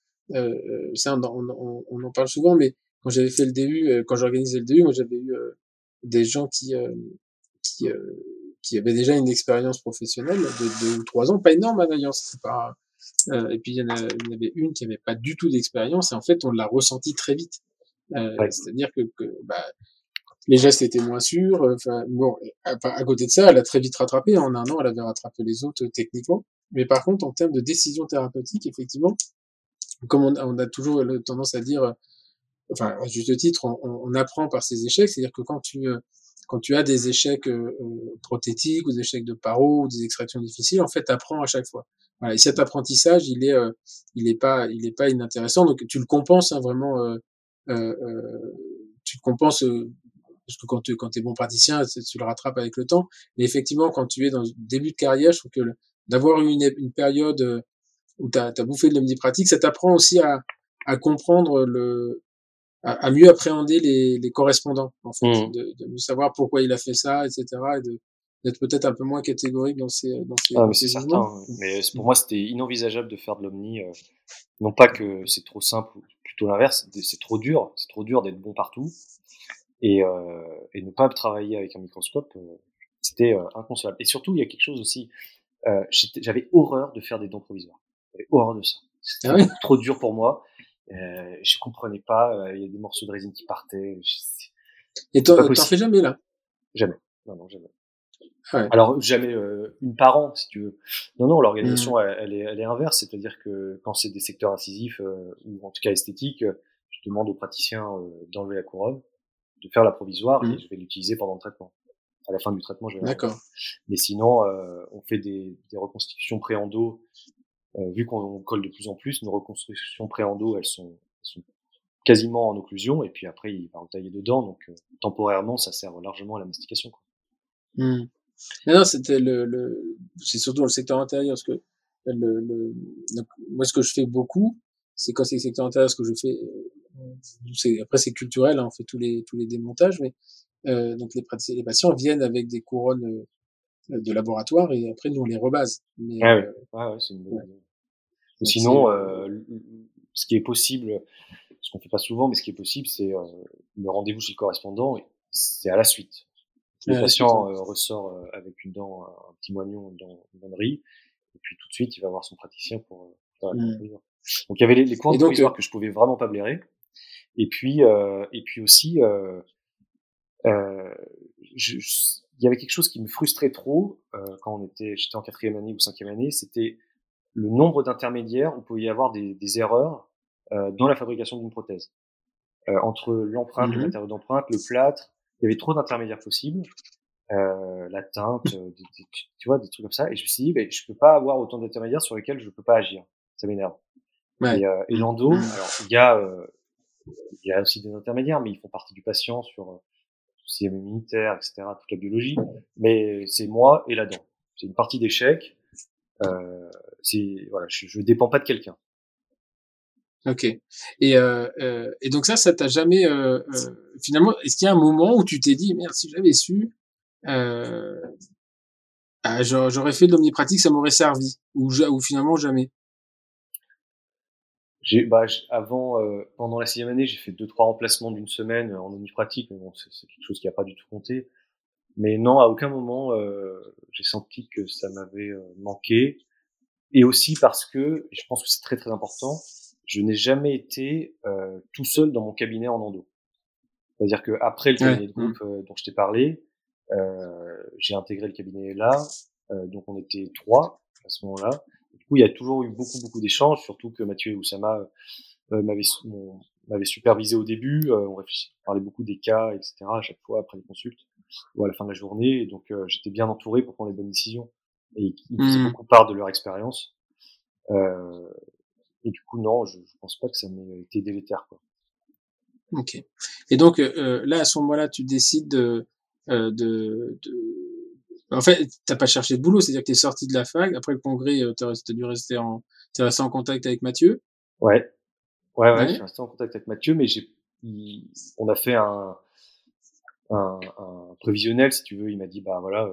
ça, on en parle souvent, mais quand j'avais fait le DU, quand j'organisais le DU, moi j'avais eu des gens qui avaient déjà une expérience professionnelle de 2 ou 3 ans, pas énorme hein, d'ailleurs, c'est pas. Et puis il y en avait une qui avait pas du tout d'expérience, et en fait on l'a ressenti très vite. C'est-à-dire que les gestes étaient moins sûrs. Enfin bon, à côté de ça, elle a très vite rattrapé. En 1 an, elle avait rattrapé les autres techniquement. Mais par contre, en termes de décision thérapeutique, effectivement, comme on a toujours tendance à dire, enfin à juste titre, on apprend par ses échecs. C'est-à-dire que quand tu as des échecs prothétiques ou des échecs de paro ou des extractions difficiles, en fait, tu apprends à chaque fois. Voilà. Et cet apprentissage, il est pas inintéressant. Donc tu le compenses hein, vraiment. Tu le compenses parce que quand tu es bon praticien, tu le rattrapes avec le temps. Mais effectivement, quand tu es dans le début de carrière, je trouve que d'avoir eu une période où tu as bouffé de l'omnipratique, ça t'apprend aussi à comprendre à mieux appréhender les correspondants, en fait, de mieux savoir pourquoi il a fait ça, etc. Et d'être peut-être un peu moins catégorique dans ses jugements. Certain. Mais pour moi, c'était inenvisageable de faire de l'omni. Non pas que c'est trop simple, plutôt l'inverse, c'est trop dur d'être bon partout. Et ne pas travailler avec un microscope, c'était inconcevable. Et surtout, il y a quelque chose aussi, j'avais horreur de faire des dents provisoires. J'avais horreur de ça. C'était trop dur pour moi. Je comprenais pas. Il y a des morceaux de résine qui partaient. Et t'en fais jamais là? Jamais. Non, jamais. Ouais. Alors jamais une par an, si tu veux. Non, l'organisation elle est inverse, c'est-à-dire que quand c'est des secteurs incisifs ou en tout cas esthétiques, je demande aux praticiens d'enlever la couronne, de faire la provisoire et je vais l'utiliser pendant le traitement. À la fin du traitement, je vais D'accord. Mais sinon, on fait des reconstitutions pré-endo. Vu qu'on colle de plus en plus, nos reconstructions pré-endo, elles sont quasiment en occlusion, et puis après, il va entailler dedans, donc temporairement, ça sert largement à la mastication. Quoi. Non, c'était c'est surtout dans le secteur intérieur, parce que moi, ce que je fais beaucoup, c'est quand c'est le secteur intérieur, ce que je fais, après c'est culturel, hein, on fait tous les démontages, mais donc les patients viennent avec des couronnes de laboratoire et après nous on les rebase. Mais, c'est une bonne idée. Sinon, ce qui est possible, ce qu'on fait pas souvent, mais ce qui est possible, c'est le rendez-vous chez le correspondant, et c'est à la suite. Le patient ressort avec une dent, un petit moignon dans une riz, et puis tout de suite il va voir son praticien pour faire la provisoire. Donc il y avait les coins provisoires que je pouvais vraiment pas blairer, et puis aussi il y avait quelque chose qui me frustrait trop quand j'étais en 4e année ou 5e année, c'était le nombre d'intermédiaires où il pouvait y avoir des erreurs dans la fabrication d'une prothèse. Entre l'empreinte, le matériau d'empreinte, le plâtre, il y avait trop d'intermédiaires possibles. La teinte, tu vois, des trucs comme ça. Et je me suis dit, je peux pas avoir autant d'intermédiaires sur lesquels je peux pas agir. Ça m'énerve. Et l'endo, alors il y a aussi des intermédiaires, mais ils font partie du patient sur tout le système immunitaire, etc., toute la biologie. Mais c'est moi et la dent. C'est une partie d'échec. Voilà, je dépends pas de quelqu'un. Ok. Et donc ça t'a jamais finalement, est-ce qu'il y a un moment où tu t'es dit merde, si j'avais su, j'aurais fait de l'omnipratique, ça m'aurait servi, ou finalement jamais? Avant, pendant la 6e année, j'ai fait 2-3 remplacements d'une semaine en omnipratique, mais bon, c'est quelque chose qui a pas du tout compté. Mais non, à aucun moment j'ai senti que ça m'avait manqué. Et aussi parce que, je pense que c'est très très important, je n'ai jamais été tout seul dans mon cabinet en endo. C'est-à-dire que après le cabinet de groupe dont je t'ai parlé, j'ai intégré le cabinet là, donc on était 3 à ce moment-là. Du coup, il y a toujours eu beaucoup d'échanges, surtout que Mathieu et Oussama m'avaient supervisé au début. On parlait beaucoup des cas, etc. à chaque fois après les consultes ou à la fin de la journée. Et donc, j'étais bien entouré pour prendre les bonnes décisions. Et ils faisaient beaucoup part de leur expérience. Et du coup, non, je pense pas que ça m'ait été délétère, quoi. Ok. Et donc là, à ce moment-là, tu décides En fait, t'as pas cherché de boulot, c'est-à-dire que t'es sorti de la fac, après le congrès, t'es resté en contact avec Mathieu. Ouais, je Ouais. suis resté en contact avec Mathieu, mais on a fait un prévisionnel, si tu veux. Il m'a dit, bah voilà,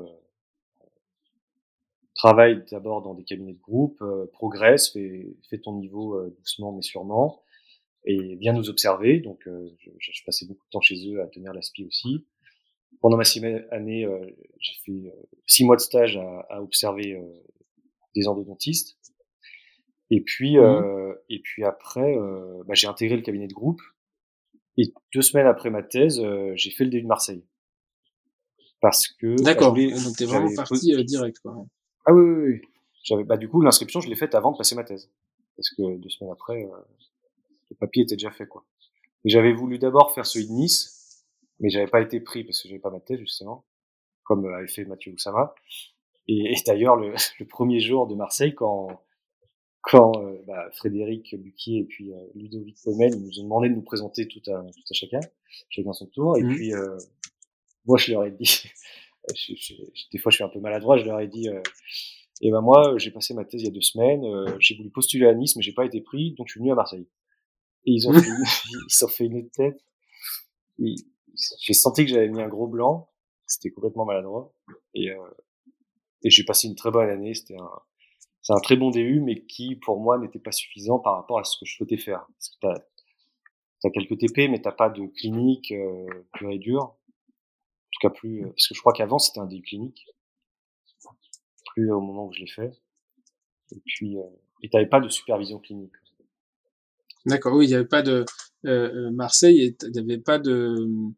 travaille d'abord dans des cabinets de groupe, progresse, fais ton niveau doucement mais sûrement, et viens nous observer. Donc, je passais beaucoup de temps chez eux à tenir l'aspi aussi. Pendant ma 6e année, j'ai fait 6 mois de stage à observer des endodontistes. Et puis après, j'ai intégré le cabinet de groupe. Et 2 semaines après ma thèse, j'ai fait le DU de Marseille. Parce que D'accord. Donc t'es vraiment parti direct, quoi. Ah oui. Du coup, l'inscription, je l'ai faite avant de passer ma thèse. Parce que 2 semaines après, le papier était déjà fait, quoi. Et j'avais voulu d'abord faire celui de Nice, mais j'avais pas été pris parce que j'avais pas ma thèse, justement, comme avait fait Mathieu Oussama. Et d'ailleurs, le premier jour de Marseille, quand Frédéric Buquier et puis Ludovic Pommel, ils nous ont demandé de nous présenter tout à chacun son tour. Et puis moi, je leur ai dit, des fois, je suis un peu maladroit, je leur ai dit, et ben moi, j'ai passé ma thèse il y a 2 semaines, j'ai voulu postuler à Nice, mais j'ai pas été pris, donc je suis venu à Marseille. Et ils ont fait une tête. J'ai senti que j'avais mis un gros blanc. C'était complètement maladroit. Et j'ai passé une très bonne année. C'est un très bon DU, mais qui, pour moi, n'était pas suffisant par rapport à ce que je souhaitais faire. Parce que t'as quelques TP, mais t'as pas de clinique pure et dure. En tout cas, plus, parce que je crois qu'avant, c'était un DU clinique. Plus au moment où je l'ai fait. Et puis, et t'avais pas de supervision clinique. D'accord, oui, il y avait pas de Marseille, et il y avait pas de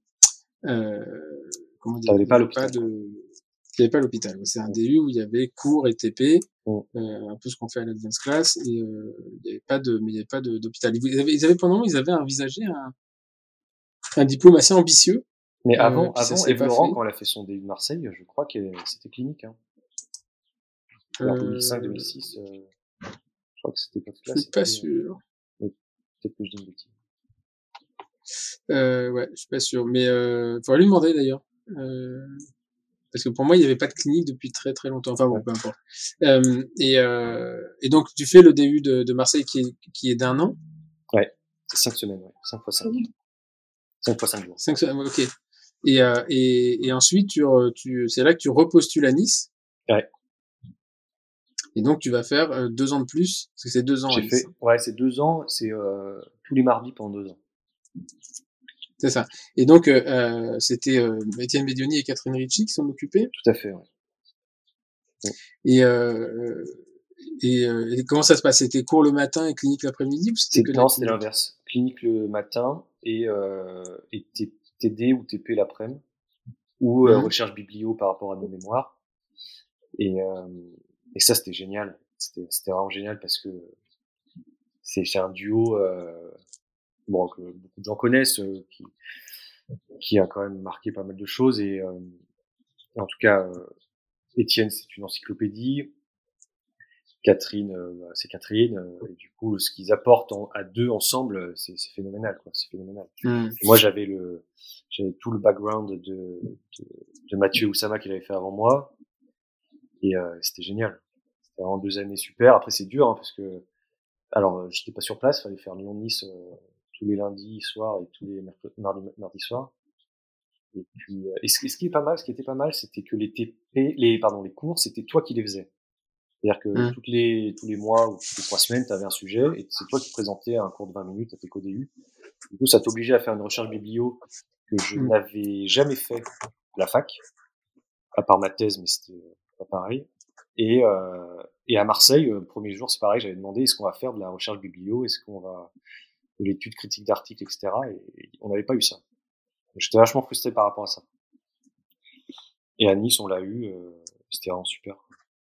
comment dire, T'avais pas l'hôpital. Il n'y avait pas l'hôpital. C'est un DU où il y avait cours et TP, un peu ce qu'on fait à l'Advanced Class, et il n'y avait pas d'hôpital. Ils avaient envisagé un diplôme assez ambitieux. Mais avant Eve Laurent, quand elle a fait son DU de Marseille, je crois que c'était clinique. Hein. En 2005-2006, je crois que c'était pas Je suis pas sûr. Peut-être que je dis une bêtise. Ouais, je suis pas sûr. Mais faudrait lui demander d'ailleurs. Parce que pour moi, il n'y avait pas de clinique depuis très très longtemps. Enfin bon, peu importe. Et donc, tu fais le DU de Marseille qui est d'1 an. Ouais, c'est 5 semaines, ouais. 5 fois 5. 5 fois 5 jours. 5 semaines, ok. Et ensuite, c'est là que tu repostules à Nice. Ouais. Et donc, tu vas faire 2 ans de plus, parce que c'est 2 ans à Nice. Ouais, c'est 2 ans, c'est tous les mardis pendant 2 ans. C'est ça. Et donc, c'était Étienne Bédioni et Catherine Ricci qui s'en occupaient. Tout à fait, ouais. Et comment ça se passe? C'était cours le matin et clinique l'après-midi, ou c'était Non, c'était l'inverse. Clinique le matin et TD ou TP l'après-midi, ou recherche biblio par rapport à nos mémoires. Et ça, c'était génial. C'était vraiment génial parce que c'est un duo que beaucoup de gens connaissent, qui a quand même marqué pas mal de choses. Et en tout cas, Étienne, c'est une encyclopédie. Catherine, c'est Catherine. Et du coup, ce qu'ils apportent à deux ensemble, c'est phénoménal, quoi. C'est phénoménal. Et moi, j'avais tout le background de Mathieu Oussama qu'il avait fait avant moi. Et c'était génial. C'était vraiment 2 années super. Après, c'est dur, hein, parce que, alors, j'étais pas sur place, fallait faire Lyon-Nice tous les lundis soirs et tous les mardis soirs. Et puis, ce qui était pas mal, c'était que les cours, c'était toi qui les faisais. C'est-à-dire que tous les mois ou toutes les 3 semaines, tu avais un sujet et c'est toi qui présentais un cours de 20 minutes à tes co-DU. Du coup, ça t'obligeait à faire une recherche biblio que je n'avais jamais fait à la fac, à part ma thèse, mais c'était pas pareil. Et à Marseille, le premier jour, c'est pareil, j'avais demandé est-ce qu'on va faire de la recherche biblio, est-ce qu'on va de l'étude critique d'articles, etc. Et on n'avait pas eu ça. J'étais vachement frustré par rapport à ça. Et à Nice, on l'a eu, c'était vraiment super.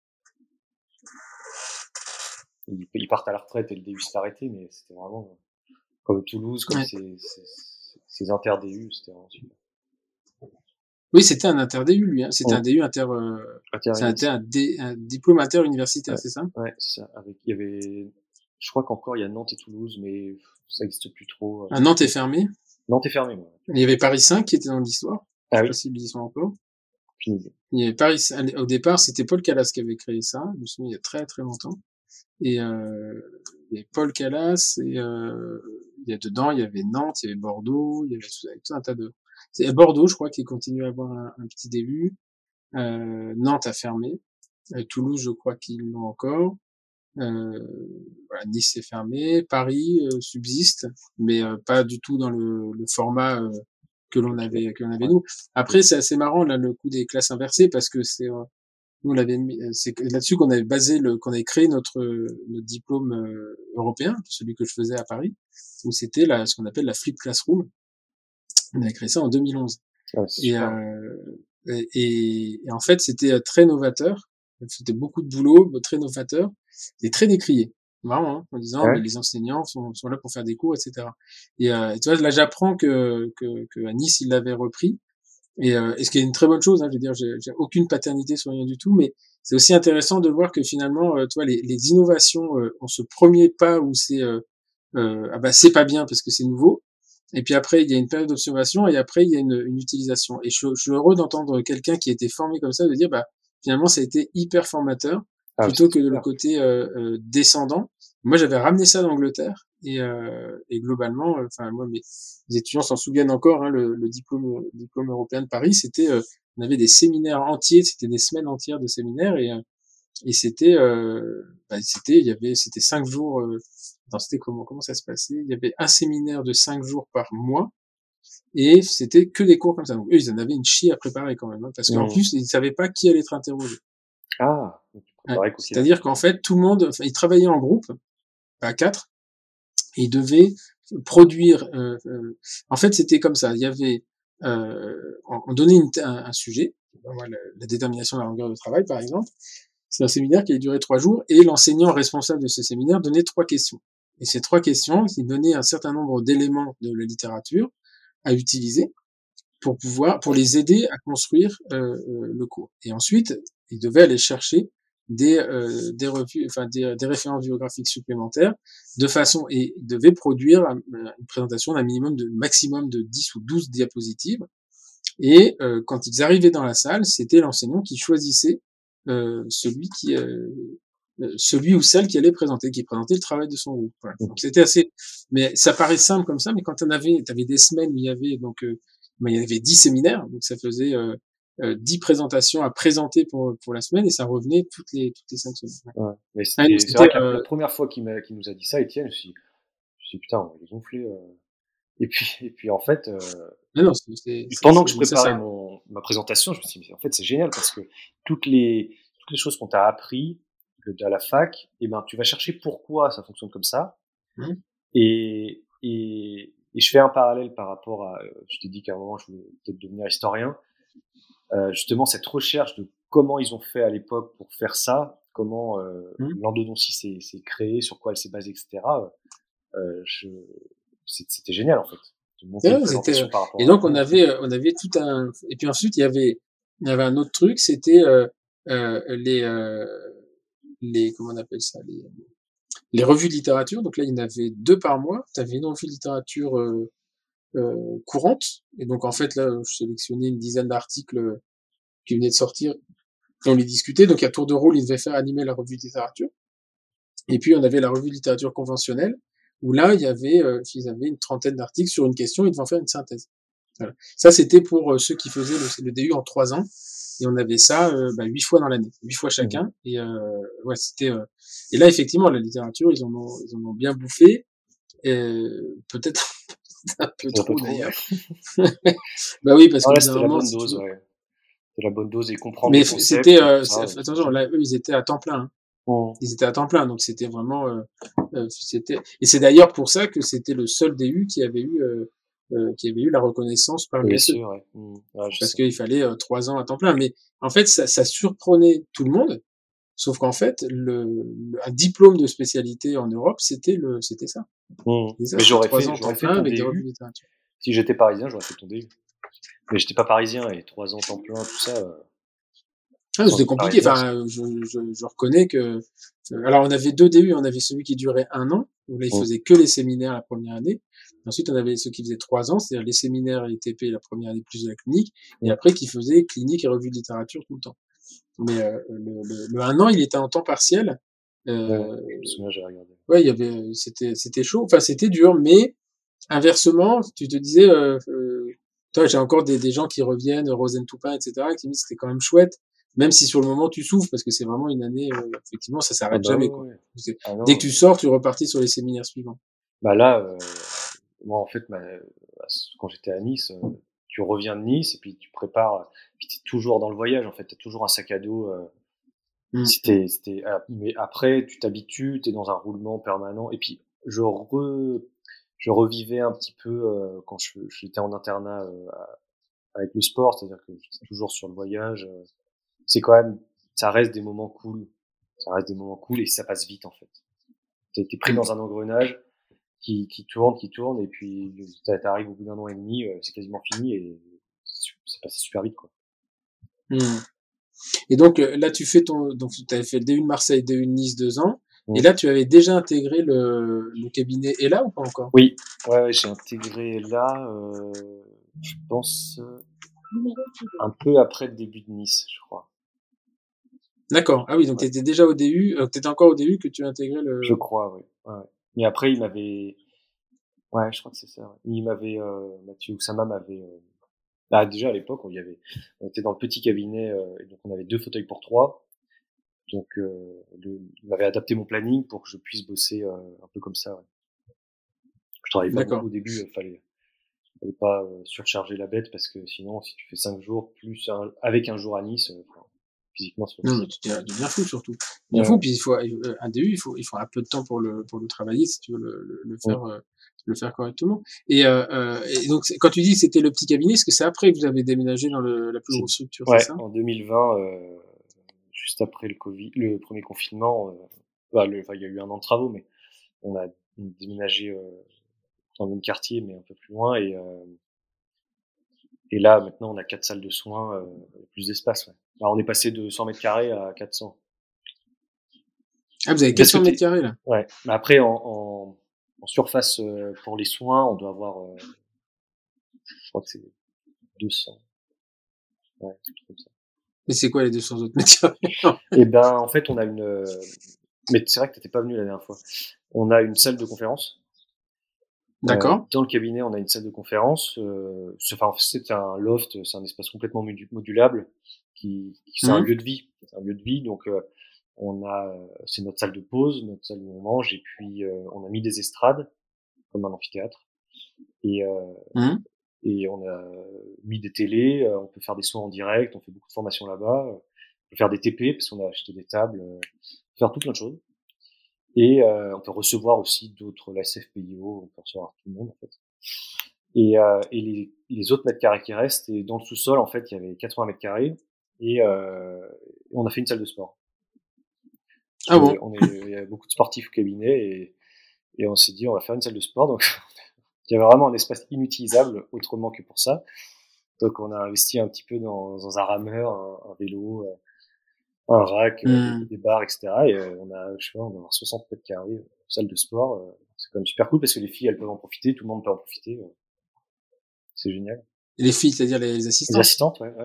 Ils partent à la retraite et le DU s'est arrêté, mais c'était vraiment comme Toulouse, comme ces inter-DU, c'était vraiment super. Oui, c'était un inter-DU, lui. Hein. C'était un DU c'était un diplôme inter-universitaire, c'est ça? Ouais, c'est ça. Il y avait, je crois qu'encore il y a Nantes et Toulouse, mais ça n'existe plus trop. Nantes est fermé. Nantes est fermé, moi. Il y avait Paris 5 qui était dans l'histoire. Ah je oui. sais pas s'ils y sont encore. Aucune idée. Il y avait Paris, au départ, c'était Paul Calas qui avait créé ça. Je me souviens, il y a très très longtemps. Et il y avait Paul Calas et il y a dedans, il y avait Nantes, il y avait Bordeaux, il y avait tout un tas de. C'est Bordeaux, je crois, qui continue à avoir un petit début. Nantes a fermé. Toulouse, je crois qu'ils l'ont encore. Voilà, Nice est fermé. Paris subsiste, mais pas du tout dans le format que l'on avait nous. Après, c'est assez marrant là le coup des classes inversées parce que c'est nous on l'avait mis, c'est là-dessus qu'on avait qu'on avait créé notre diplôme européen, celui que je faisais à Paris, où c'était ce qu'on appelle la flip classroom. On avait créé ça en 2011. Ouais, Et en fait, c'était très novateur. C'était beaucoup de boulot, très novateur et très décrié. Vraiment, hein, en disant, mais les enseignants sont là pour faire des cours, etc. Et tu vois, là, j'apprends que à Nice, ils l'avaient repris. Et ce qui est une très bonne chose, hein, je veux dire, j'ai aucune paternité sur rien du tout, mais c'est aussi intéressant de voir que finalement, tu vois, les innovations, on ce premier pas où c'est, ah bah c'est pas bien parce que c'est nouveau. Et puis après, il y a une période d'observation et après, il y a une utilisation. Et je suis heureux d'entendre quelqu'un qui a été formé comme ça, de dire, bah, finalement, ça a été hyper formateur, plutôt que de le côté descendant. Moi, j'avais ramené ça d'Angleterre et globalement, enfin, moi, mes étudiants s'en souviennent encore, hein, le diplôme européen de Paris, c'était, on avait des séminaires entiers, c'était des semaines entières de séminaires et c'était, c'était 5 jours. Attends, c'était comment ça se passait? Il y avait un séminaire de 5 jours par mois et c'était que des cours comme ça. Donc eux, ils en avaient une chier à préparer quand même, hein, parce qu'en plus, ils savaient pas qui allait être interrogé. Ah. Ouais. C'est-à-dire qu'en fait, tout le monde, ils travaillaient en groupe, à 4, et ils devaient produire. En fait, c'était comme ça. Il y avait, on donnait un sujet, la détermination de la longueur de travail, par exemple. C'est un séminaire qui a duré 3 jours et l'enseignant responsable de ce séminaire donnait 3 questions. Et ces 3 questions, il donnait un certain nombre d'éléments de la littérature à utiliser pour les aider à construire le cours. Et ensuite, il devait aller chercher des revues, enfin des références bibliographiques supplémentaires de façon, et il devait produire une présentation d'un maximum de 10 ou 12 diapositives. Et quand ils arrivaient dans la salle, c'était l'enseignant qui choisissait celui ou celle qui allait présenter, qui présentait le travail de son groupe. Voilà. Donc c'était assez, mais ça paraît simple comme ça, mais quand t'avais des semaines où il y avait il y avait 10 séminaires, donc ça faisait 10 présentations à présenter pour la semaine et ça revenait toutes les 5 semaines. Ouais. Mais c'est vrai que la première fois qu'il nous a dit ça, Étienne, je me suis dit putain, on va les gonfler. Et puis en fait, non, pendant que je préparais ma présentation, je me suis dit, mais en fait, c'est génial parce que toutes les choses qu'on t'a appris à la fac, et ben, tu vas chercher pourquoi ça fonctionne comme ça. Et je fais un parallèle par rapport à, je t'ai dit qu'à un moment, je voulais peut-être devenir historien. Justement, cette recherche de comment ils ont fait à l'époque pour faire ça, comment l'endodontie s'est créée, sur quoi elle s'est basée, etc. C'était génial en fait. Et donc on avait tout un. Et puis ensuite il y avait un autre truc, c'était les comment on appelle ça, les revues de littérature. Donc là il y en avait 2 par mois. Tu avais une revue de littérature courante. Et donc en fait là je sélectionnais une dizaine d'articles qui venaient de sortir. Et on les discutait. Donc à tour de rôle ils devaient faire animer la revue de littérature. Et puis on avait la revue de littérature conventionnelle, où là, ils avaient une 30aine d'articles sur une question, ils devaient en faire une synthèse. Voilà. Ça, c'était pour ceux qui faisaient le DU en 3 ans, et on avait ça 8 fois dans l'année, 8 fois chacun. Et ouais, c'était. Et là, effectivement, la littérature, ils en ont bien bouffé, peut-être un peu trop d'ailleurs. Bah oui, parce que c'était la bonne dose, ouais. C'était la bonne dose et comprendre. Mais c'était attention, là, eux, ils étaient à temps plein. Hein. Ils étaient à temps plein, donc c'était vraiment et c'est d'ailleurs pour ça que c'était le seul DU qui avait eu la reconnaissance par l'USE. Ouais. Parce qu'il fallait 3 ans à temps plein. Mais en fait, ça surprenait tout le monde, sauf qu'en fait, un diplôme de spécialité en Europe, c'était ça. Mais j'aurais fait ton DU. Si j'étais parisien, j'aurais fait ton DU. Mais j'étais pas parisien et 3 ans temps plein, tout ça. C'était compliqué. Enfin, je reconnais que. Alors, on avait 2 DU. On avait celui qui durait 1 an, où là, il faisait que les séminaires la première année. Ensuite, on avait ceux qui faisaient 3 ans, c'est-à-dire les séminaires et TP la première année plus de la clinique, et après qui faisaient clinique et revue de littérature tout le temps. Mais le 1 an, il était en temps partiel. Je me souviens, j'ai regardé. Ouais, il y avait, c'était chaud. Enfin, c'était dur, mais inversement, tu te disais, toi, j'ai encore des gens qui reviennent, Rosen Toupin, etc., qui me disent que c'était quand même chouette, même si sur le moment tu souffres, parce que c'est vraiment une année, effectivement, ça s'arrête jamais, quoi. Dès que tu sors, tu repartis sur les séminaires suivants. Bah là, moi, en fait, quand j'étais à Nice, tu reviens de Nice et puis tu prépares, puis t'es toujours dans le voyage, en fait, t'as toujours un sac à dos. Mais après, tu t'habitues, t'es dans un roulement permanent. Et puis, je revivais un petit peu quand j'étais en internat avec le sport, c'est-à-dire que j'étais toujours sur le voyage. C'est quand même, ça reste des moments cool. Ça reste des moments cool et ça passe vite, en fait. T'es pris dans un engrenage qui tourne, et puis t'arrives au bout d'un an et demi, c'est quasiment fini et c'est passé super vite, quoi. Et donc là, tu avais fait le D1 de Marseille, D1 de Nice 2 ans, et là, tu avais déjà intégré le cabinet ELA ou pas encore? Oui, ouais, j'ai intégré là, je pense un peu après le début de Nice, je crois. D'accord. Ah oui, donc t'étais déjà au DU, t'étais encore au DU que tu as intégré le. Je crois, oui. Ouais. Mais après, il m'avait, ouais, je crois que c'est ça. Ouais. Il m'avait, Mathieu Oussama m'avait. Bah, déjà à l'époque, on était dans le petit cabinet, et donc on avait 2 fauteuils pour 3. Donc, il m'avait adapté mon planning pour que je puisse bosser un peu comme ça. Ouais. Je travaillais pas beaucoup au début, fallait pas surcharger la bête parce que sinon, si tu fais 5 jours plus avec un jour à Nice, physiquement, c'est pas possible. Non, tu deviens fou surtout. Bien fou, puis il faut un DU, il faut un peu de temps pour le travailler si tu veux le faire. Le faire correctement. Et donc, quand tu dis que c'était le petit cabinet, est-ce que c'est après que vous avez déménagé dans la plus grosse structure, ouais, c'est ça? En 2020, juste après le le premier confinement, il y a eu un an de travaux, mais on a déménagé dans le même quartier, mais un peu plus loin, et là, maintenant, on a 4 salles de soins, plus d'espace. Ouais. Alors, on est passé de 100 mètres carrés à 400. Ah, vous avez 400 mètres carrés, là? Ouais. Mais après, en surface pour les soins, on doit avoir, je crois que c'est 200. Ouais, tout comme ça. Mais c'est quoi les 200 autres mètres carrés? Eh ben, en fait, on a une. Mais c'est vrai que t'étais pas venu la dernière fois. On a une salle de conférence. D'accord. Dans le cabinet, on a une salle de conférence. C'est un loft, c'est un espace complètement modulable c'est un lieu de vie. C'est un lieu de vie. Donc, c'est notre salle de pause, notre salle où on mange, et puis on a mis des estrades comme un amphithéâtre. Et on a mis des télés. On peut faire des soins en direct. On fait beaucoup de formations là-bas. On peut faire des TP parce qu'on a acheté des tables. On peut faire tout plein de choses. Et on peut recevoir aussi d'autres, la SFPIO, on peut recevoir tout le monde en fait. Et les autres mètres carrés qui restent, et dans le sous-sol en fait il y avait 80 mètres carrés, et on a fait une salle de sport. Ah bon? Il y a beaucoup de sportifs au cabinet, et on s'est dit on va faire une salle de sport. Donc il y avait vraiment un espace inutilisable autrement que pour ça. Donc on a investi un petit peu dans un rameur, un vélo, un rack, des barres, etc. Et on a 60 mètres carrés, salle de sport. C'est quand même super cool parce que les filles, elles peuvent en profiter, tout le monde peut en profiter. C'est génial. Et les filles, c'est-à-dire les assistantes? Les assistantes, ouais.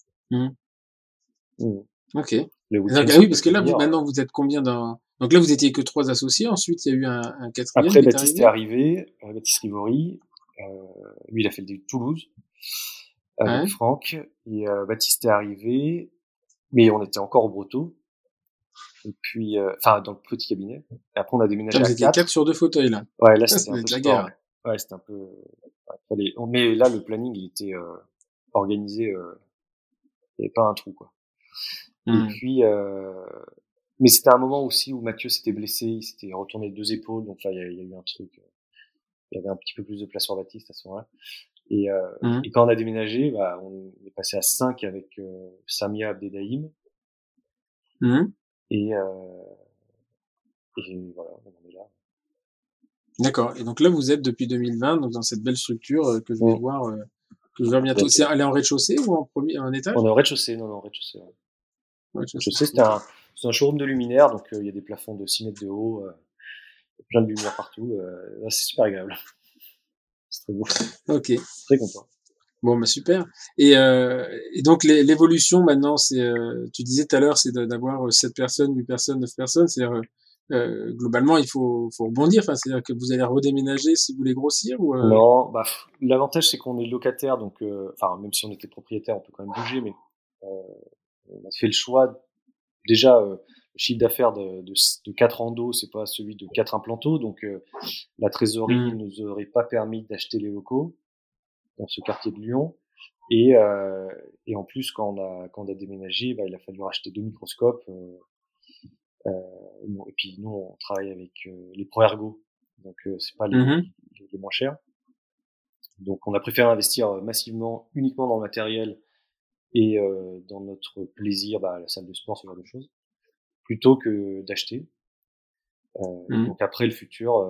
Ok. Donc, oui, parce que là, maintenant, vous êtes combien dans... Donc là, vous étiez que 3 associés. Ensuite, il y a eu un quatrième. Après, Baptiste est arrivé, Baptiste Rivori. Lui, il a fait le Toulouse avec Franck. Et Baptiste est arrivé, mais on était encore au Brotteau. Et puis, dans le petit cabinet. Et après, on a déménagé à 4. 4 sur 2 fauteuils, là. Ouais, là, c'était un peu la guerre. Ouais, c'était un peu, mais là, le planning, il était, organisé, il n'y avait pas un trou, quoi. Et puis, mais c'était un moment aussi où Mathieu s'était blessé, il s'était retourné 2 épaules, donc là, il y a eu un truc, il y avait un petit peu plus de place sur Baptiste à ce moment-là. Et quand on a déménagé, on est passé à 5 avec Samia Abdedaïm. Et voilà, on en est là. D'accord. Et donc là, vous êtes depuis 2020, donc dans cette belle structure que je vais voir, bientôt. C'est aller en rez-de-chaussée ou en étage? On est au rez-de-chaussée, non, au rez-de-chaussée. Ouais. Rez-de-chaussée, c'est un showroom de luminaires, donc il y a des plafonds de 6 mètres de haut, plein de lumière partout. Là, c'est super agréable. C'est très beau. Ok. Très content. Bon, bah super. Et donc l'évolution maintenant, c'est, tu disais tout à l'heure, c'est d'avoir 7 personnes, 8 personnes, 9 personnes. C'est-à-dire, globalement, il faut rebondir. Enfin, c'est-à-dire que vous allez redéménager si vous voulez grossir ou Non, l'avantage c'est qu'on est locataire, donc même si on était propriétaire, on peut quand même bouger, mais on a fait le choix. Déjà, le chiffre d'affaires de 4 endos, c'est pas celui de 4 implantos, donc la trésorerie nous aurait pas permis d'acheter les locaux dans ce quartier de Lyon. Et en plus, quand on a déménagé, il a fallu racheter 2 microscopes. Et puis nous, on travaille avec les ProErgo, donc c'est pas les moins chers. Donc on a préféré investir massivement uniquement dans le matériel et dans notre plaisir, la salle de sport, ce genre de choses, plutôt que d'acheter. Donc après le futur,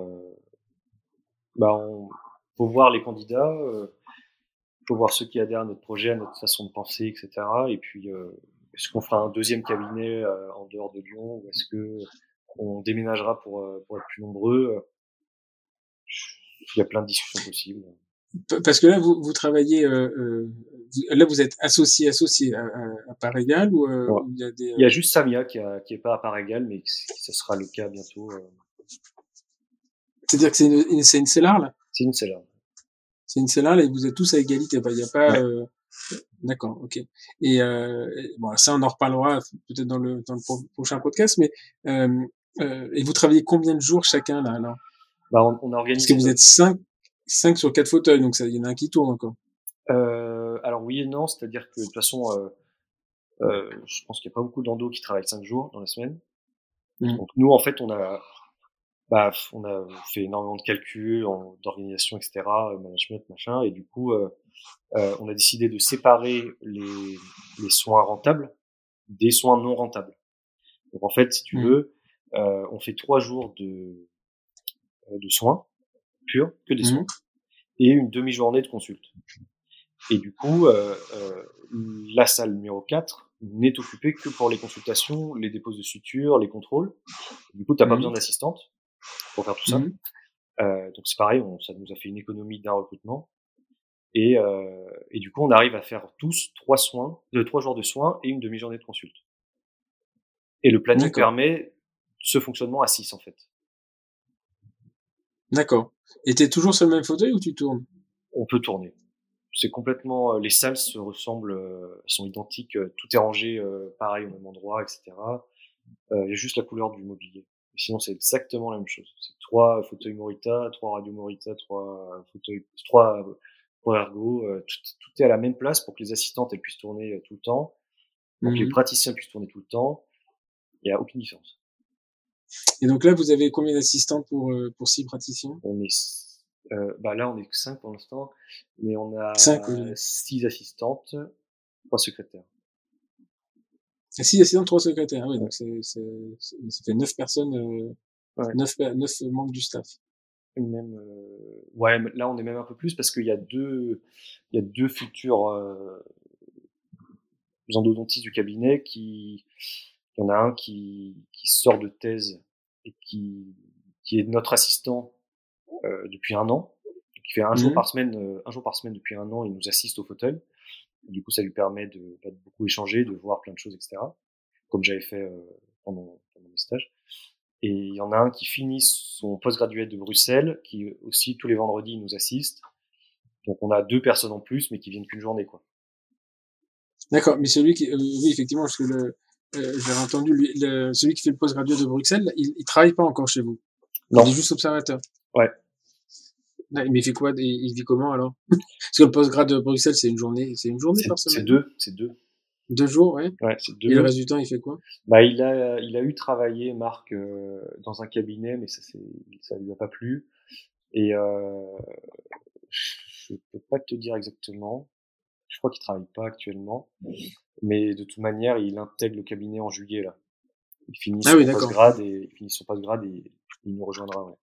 faut voir les candidats, faut voir ceux qui adhèrent à notre projet, à notre façon de penser, etc. Et puis est-ce qu'on fera un deuxième cabinet en dehors de Lyon, ou est-ce que on déménagera pour être plus nombreux? Il y a plein de discussions possibles. Parce que là, vous travaillez, là, vous êtes associé à part égale ou il y a des. Il y a juste Samia qui est pas à part égale, mais ça sera le cas bientôt. C'est-à-dire que c'est une cellar là. C'est une cellar. C'est une cellar là et vous êtes tous à égalité. Il y a pas. Ouais. D'accord, ok. Et bon, ça, on en reparlera peut-être dans le prochain podcast. Mais et vous travaillez combien de jours chacun là alors? On a organisé. Parce que vous êtes 5 sur 4 fauteuils, donc il y en a un qui tourne encore. Alors oui et non, c'est-à-dire que de toute façon, je pense qu'il n'y a pas beaucoup d'endos qui travaillent 5 jours dans la semaine. Donc nous, en fait, on a fait énormément de calculs, d'organisation, etc., management, machin, et du coup, on a décidé de séparer les soins rentables des soins non rentables. Donc en fait, si tu veux, on fait 3 jours de soins purs, que des soins, et une demi-journée de consulte. Et du coup, la salle numéro 4 n'est occupée que pour les consultations, les déposes de suture, les contrôles. Du coup, t'as pas besoin d'assistante pour faire tout ça. Donc c'est pareil, ça nous a fait une économie d'un recrutement. Et du coup, on arrive à faire tous 3 jours de soins et une demi-journée de consulte. Et le planning permet ce fonctionnement à 6 en fait. D'accord. Et t'es toujours sur le même fauteuil ou tu tournes? On peut tourner. C'est complètement, les salles se ressemblent, sont identiques, tout est rangé pareil au même endroit, etc. Il y a juste la couleur du mobilier. Sinon, c'est exactement la même chose. C'est 3 fauteuils Morita, 3 radio Morita, 3 fauteuils, 3 ProErgo. Tout est à la même place pour que les assistantes elles puissent tourner tout le temps, pour que les praticiens puissent tourner tout le temps. Il n'y a aucune différence. Et donc là, vous avez combien d'assistantes pour 6 praticiens? On est là, on est que 5 pour l'instant, mais on a 6 assistantes, 3 secrétaires. 6 assistantes, 3 secrétaires. Oui, donc ça fait 9 personnes, 9 membres du staff. Même là on est même un peu plus parce qu'il y a deux futurs endodontistes du cabinet il y en a un qui sort de thèse et qui est notre assistant depuis 1 an, qui fait un jour par semaine depuis 1 an. Il nous assiste au fauteuil. Du coup, ça lui permet de beaucoup échanger, de voir plein de choses, etc. Comme j'avais fait pendant mes stages. Et il y en a un qui finit son postgraduate de Bruxelles, qui aussi tous les vendredis nous assiste. Donc on a 2 personnes en plus, mais qui viennent qu'une journée, quoi. D'accord, mais celui qui, oui, effectivement, parce que j'avais entendu celui qui fait le postgraduate de Bruxelles, il travaille pas encore chez vous. Non. Il est juste observateur. Ouais. Mais il fait quoi? Il vit comment alors? Parce que le postgrad de Bruxelles, c'est une journée par semaine. C'est 2. 2 jours, ouais. Ouais, c'est 2. Et le reste du temps, il fait quoi? Il a eu travaillé, Marc, dans un cabinet, mais ça lui a pas plu. Et je peux pas te dire exactement. Je crois qu'il travaille pas actuellement. Mais de toute manière, il intègre le cabinet en juillet, là. Il finit son postgrad et il nous rejoindra, ouais.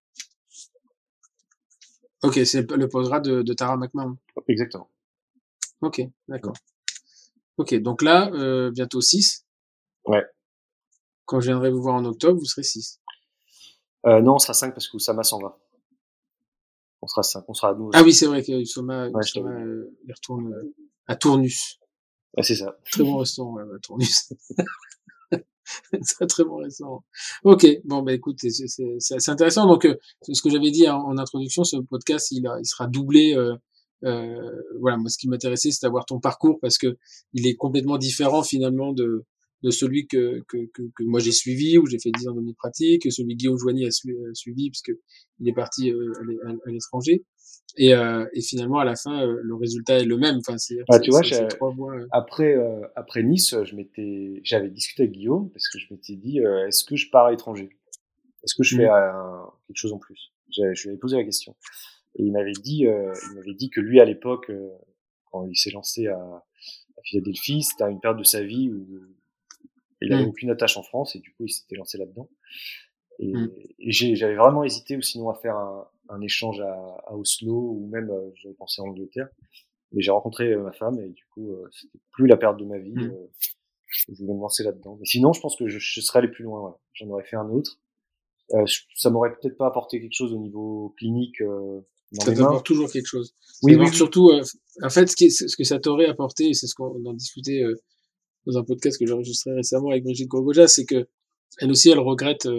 Ok, c'est le postgrad de Tara McMahon. Exactement. Ok, d'accord. Ok, donc là, bientôt 6. Ouais. Quand je viendrai vous voir en octobre, vous serez 6. Non, on sera 5 parce qu'Oussama s'en va. On sera 5, on sera à nous aussi. Ah oui, c'est vrai que Soma, Ouais, il retourne à Tournus. Ouais, c'est ça. Très bon restaurant, à Tournus. Très très bon restaurant. Ok, bon bah écoute, c'est intéressant. Donc ce que j'avais dit en introduction, ce podcast, il sera doublé. Voilà, moi ce qui m'intéressait, c'est d'avoir ton parcours parce que il est complètement différent finalement de celui que moi j'ai suivi, où j'ai fait 10 ans de pratique, que celui que Guillaume Joigny a suivi puisque il est parti à l'étranger. Et finalement à la fin le résultat est le même. Enfin Tu vois, c'est 3 voies. après Nice, j'avais discuté avec Guillaume parce que je m'étais dit, est-ce que je pars à l'étranger? Est-ce que je fais quelque chose en plus? Je lui avais posé la question. Et il m'avait dit que lui, à l'époque, quand il s'est lancé à Philadelphie, c'était une période de sa vie où il avait aucune attache en France et du coup, il s'était lancé là-dedans. Et j'avais vraiment hésité ou sinon à faire un échange à Oslo ou même j'avais pensé en Angleterre. Mais j'ai rencontré ma femme et du coup, c'était plus la période de ma vie. Je voulais me lancer là-dedans. Mais sinon, je pense que je serais allé plus loin. Ouais. J'en aurais fait un autre. Ça m'aurait peut-être pas apporté quelque chose au niveau clinique dans Ça mes mains. t'apporte toujours quelque chose. Oui. Surtout, en fait, ce que ça t'aurait apporté, c'est ce qu'on en discutait dans un podcast que j'ai enregistré récemment avec Brigitte Gorgoja, c'est que elle aussi, elle regrette.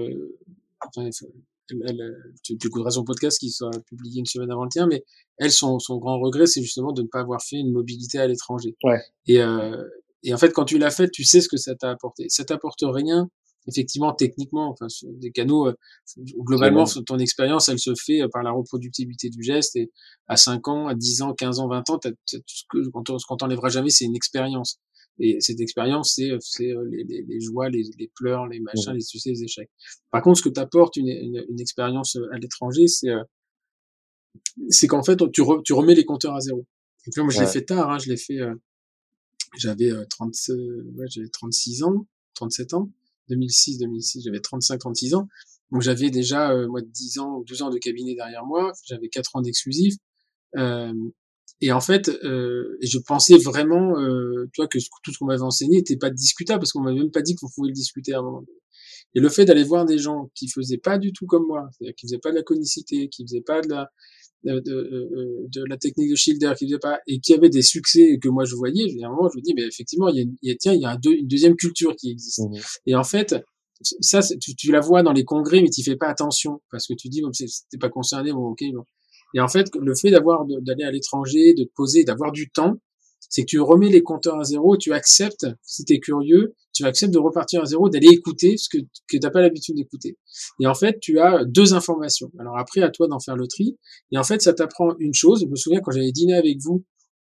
Tu écouteras son podcast qui sera publié une semaine avant le tien, mais elle, son grand regret, c'est justement de ne pas avoir fait une mobilité à l'étranger. Ouais. Et en fait, quand tu l'as fait, tu sais ce que ça t'a apporté. Ça t'apporte rien, effectivement, techniquement. Enfin, sur des canaux, globalement, ton expérience, elle se fait par la reproductibilité du geste. Et à 5 ans, à 10 ans, 15 ans, 20 ans, ce qu'on t'enlèvera jamais, c'est une expérience. Et cette expérience, c'est les joies, les pleurs, les machins, les succès, les échecs. Par contre, ce que t'apporte une expérience à l'étranger, c'est qu'en fait, tu remets les compteurs à zéro. Et puis, moi, je l'ai fait tard, hein, je l'ai fait, j'avais 36 ans, 37 ans, 2006, j'avais 35, 36 ans. Donc, j'avais déjà, moi, 10 ans ou 12 ans de cabinet derrière moi. J'avais 4 ans d'exclusif. Et en fait, je pensais vraiment, tu vois, que tout ce qu'on m'avait enseigné n'était pas discutable parce qu'on m'avait même pas dit qu'on pouvait le discuter à un moment donné. Et le fait d'aller voir des gens qui faisaient pas du tout comme moi, c'est-à-dire qui faisaient pas de la conicité, qui faisaient pas de la technique de Schilder, qui faisaient pas, et qui avaient des succès que moi je voyais, à un moment je me dis, mais effectivement, il y a une deuxième culture qui existe. Et en fait, ça, tu la vois dans les congrès, mais tu fais pas attention parce que tu dis, bon, t'es pas concerné, bon, ok, bon. Et en fait, le fait d'aller à l'étranger, de te poser, d'avoir du temps, c'est que tu remets les compteurs à zéro, tu acceptes, si t'es curieux, tu acceptes de repartir à zéro, d'aller écouter ce que t'as pas l'habitude d'écouter. Et en fait, tu as 2 informations. Alors après, à toi d'en faire le tri. Et en fait, ça t'apprend une chose. Je me souviens quand j'avais dîné avec vous,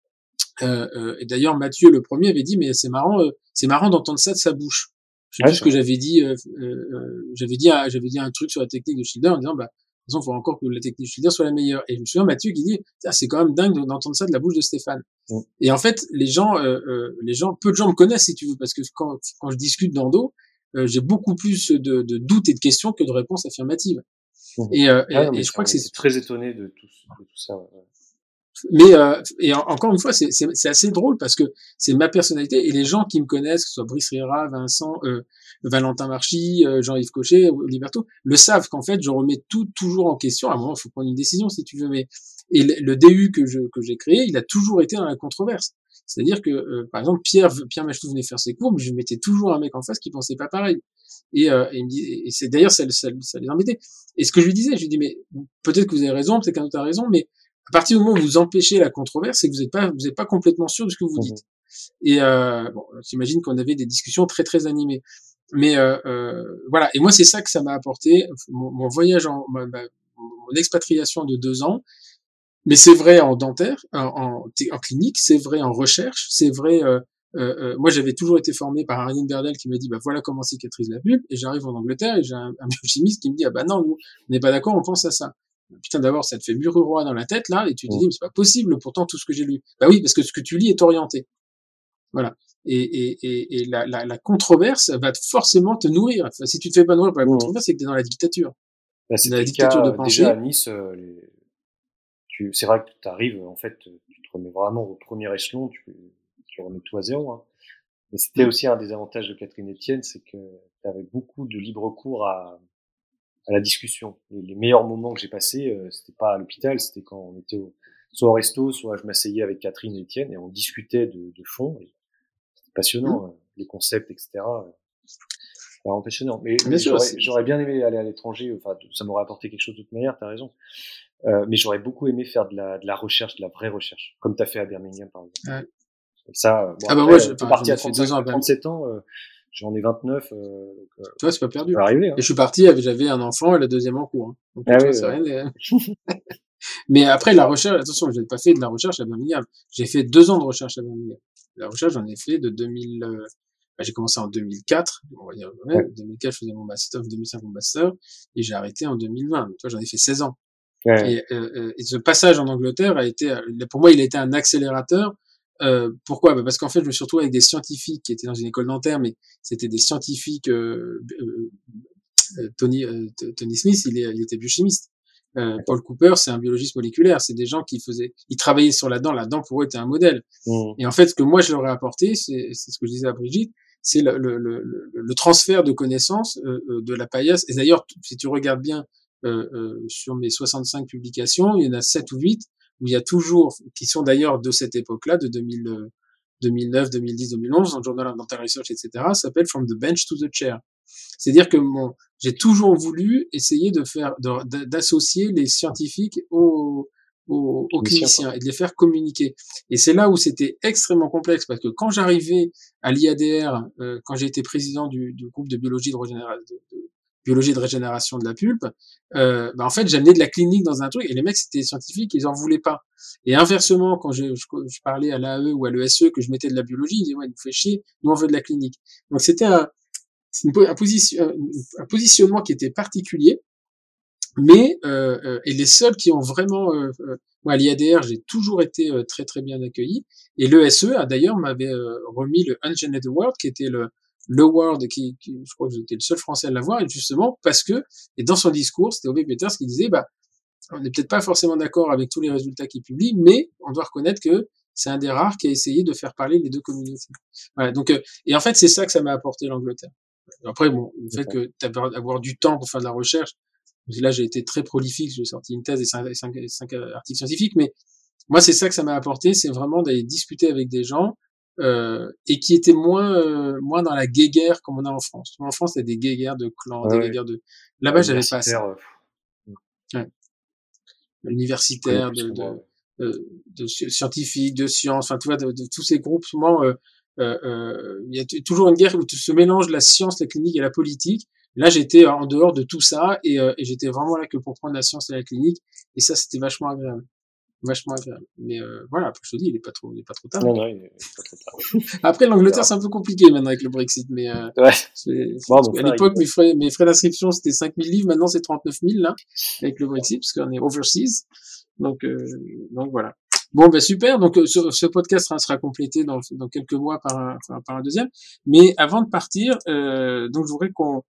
et d'ailleurs Mathieu le premier avait dit, mais c'est marrant d'entendre ça de sa bouche. Je sais plus ce que j'avais dit. J'avais dit un truc sur la technique de Schilder en disant, bah, de toute façon, il faut encore que la technique de Schilder soit la meilleure. Et je me souviens Mathieu qui dit, c'est quand même dingue d'entendre ça de la bouche de Stéphane. Et en fait, les gens, peu de gens me connaissent si tu veux, parce que quand je discute d'endo, j'ai beaucoup plus de doutes et de questions que de réponses affirmatives. Et je crois que c'est très étonné de tout ça. Ouais. Mais encore une fois, c'est assez drôle parce que c'est ma personnalité et les gens qui me connaissent, que ce soit Brice Riera, Vincent, Valentin Marchi, Jean-Yves Cochet, Liberto, le savent qu'en fait, je remets tout toujours en question. À un moment, il faut prendre une décision si tu veux. Mais et le DU que j'ai créé, il a toujours été dans la controverse. C'est-à-dire que, par exemple, Pierre Machetou venait faire ses cours, mais je mettais toujours un mec en face qui pensait pas pareil. Et il me dit, et c'est d'ailleurs ça les embêtait. Et ce que je lui disais, je lui dis, mais peut-être que vous avez raison, peut-être qu'un autre a raison, mais à partir du moment où vous empêchez la controverse, c'est que vous n'êtes pas complètement sûr de ce que vous dites. Et bon, j'imagine qu'on avait des discussions très très animées. Mais voilà. Et moi, c'est ça que ça m'a apporté, mon voyage mon expatriation de 2 ans. Mais c'est vrai en dentaire, en clinique, c'est vrai en recherche, c'est vrai. Moi, j'avais toujours été formé par Ariane Berdel qui m'a dit, bah voilà comment cicatrise la pulpe. Et j'arrive en Angleterre et j'ai un biochimiste qui me dit, ah bah non, nous, on n'est pas d'accord, on pense à ça. Putain, d'abord, ça te fait roi dans la tête, là, et tu te dis, mais c'est pas possible, pourtant, tout ce que j'ai lu. Bah oui, parce que ce que tu lis est orienté. Voilà. Et la controverse va forcément te nourrir. Enfin, si tu te fais pas nourrir par la controverse, c'est que t'es dans la dictature. C'était la dictature de pensée. Déjà, à Nice, c'est vrai que tu arrives, en fait, tu te remets vraiment au premier échelon, tu remets tout à zéro, hein. Mais c'était aussi un des avantages de Catherine Etienne, c'est que tu avais beaucoup de libre cours à à la discussion. Les meilleurs moments que j'ai passés, c'était pas à l'hôpital, c'était quand on était soit au resto, soit je m'asseyais avec Catherine et Étienne et on discutait de fond. Et c'était passionnant, les concepts, etc. Vraiment passionnant. Mais Bien sûr, j'aurais bien aimé aller à l'étranger. Enfin, ça m'aurait apporté quelque chose de toute manière. T'as raison. Mais j'aurais beaucoup aimé faire de la recherche, de la vraie recherche, comme t'as fait à Birmingham, par exemple. Ouais. Et ça, Ah bah après, moi, t'es parti à fait 2 ans à 37 ans, j'en ai 29, tu vois, c'est pas ça perdu. peut arriver, Et hein. je suis parti, j'avais un enfant et la deuxième en cours. Hein. Donc, Ah tu vois, oui, c'est rien. Mais après, la recherche, attention, je n'ai pas fait de la recherche à Birmingham. J'ai fait 2 ans de recherche à Birmingham. La recherche, j'en ai fait de 2000, j'ai commencé en 2004, on va dire, ouais, 2004, je faisais mon master, 2005 mon master, et j'ai arrêté en 2020. Donc, toi, j'en ai fait 16 ans. Ouais. Et ce passage en Angleterre a été, pour moi, il a été un accélérateur. Pourquoi? Parce qu'en fait, je me suis retrouvé avec des scientifiques qui étaient dans une école dentaire, mais c'était des scientifiques. Tony Smith, il était biochimiste. Paul Cooper, c'est un biologiste moléculaire. C'est des gens ils travaillaient sur la dent. La dent pour eux était un modèle. Et en fait, ce que moi je leur ai apporté, c'est ce que je disais à Brigitte, c'est le transfert de connaissances de la paillasse. Et d'ailleurs, si tu regardes bien sur mes 65 publications, il y en a 7 ou 8 où il y a toujours, qui sont d'ailleurs de cette époque-là, de 2009, 2010, 2011, dans le Journal of Dental Research, etc., ça s'appelle From the Bench to the Chair. C'est-à-dire que j'ai toujours voulu essayer d'associer les scientifiques aux cliniciens et de les faire communiquer. Et c'est là où c'était extrêmement complexe parce que quand j'arrivais à l'IADR, quand j'ai été président du groupe de biologie de régénération de la pulpe, en fait, j'amenais de la clinique dans un truc et les mecs, c'était scientifiques, ils en voulaient pas. Et inversement, quand je parlais à l'AE ou à l'ESE que je mettais de la biologie, ils disaient, ouais, il nous fait chier, nous on veut de la clinique. Donc c'était un positionnement qui était particulier, mais et les seuls qui ont vraiment moi à l'IADR j'ai toujours été très très bien accueilli et l'ESE a d'ailleurs m'avait remis le Ungened Award qui était le award qui je crois que j'étais le seul français à l'avoir et justement parce que et dans son discours c'était Ove Peters qui disait on n'est peut-être pas forcément d'accord avec tous les résultats qu'il publie mais on doit reconnaître que c'est un des rares qui a essayé de faire parler les deux communautés. Voilà, donc et en fait c'est ça que ça m'a apporté l'Angleterre. Après, bon, le fait que d'avoir du temps pour faire de la recherche, là, j'ai été très prolifique, j'ai sorti une thèse et 5 articles scientifiques, mais moi, c'est ça que ça m'a apporté, c'est vraiment d'aller discuter avec des gens, et qui étaient moins dans la guéguerre comme on a en France. En France, il y a des guéguerres de clans, des guéguerres de... Là-bas, j'avais pas ça. Ouais. Universitaire, de scientifiques, de sciences, enfin, tu vois, de tous ces groupes, souvent, il y a toujours une guerre où se mélange la science, la clinique et la politique. Là, j'étais en dehors de tout ça et j'étais vraiment là que pour prendre la science et la clinique. Et ça, c'était vachement agréable. Vachement agréable. Mais voilà, après, je te dis, il est pas trop tard. Non, il est pas trop tard. Après, l'Angleterre, c'est un peu compliqué maintenant avec le Brexit. Mais à l'époque, mes frais d'inscription, c'était 5 000 livres. Maintenant, c'est 39 000 là, avec le Brexit, parce qu'on est overseas. Donc voilà. Bon, ben super. Donc ce podcast sera complété dans quelques mois par un deuxième. Mais avant de partir, donc je voudrais qu'on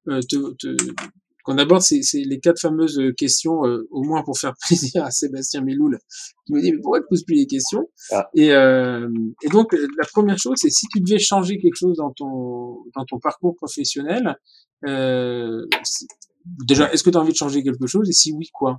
aborde les 4 fameuses questions, au moins pour faire plaisir à Sébastien Meloul, qui me dit mais pourquoi tu poses plus les questions? Et donc la première chose, c'est si tu devais changer quelque chose dans ton parcours professionnel, déjà, est-ce que tu as envie de changer quelque chose et si oui, quoi?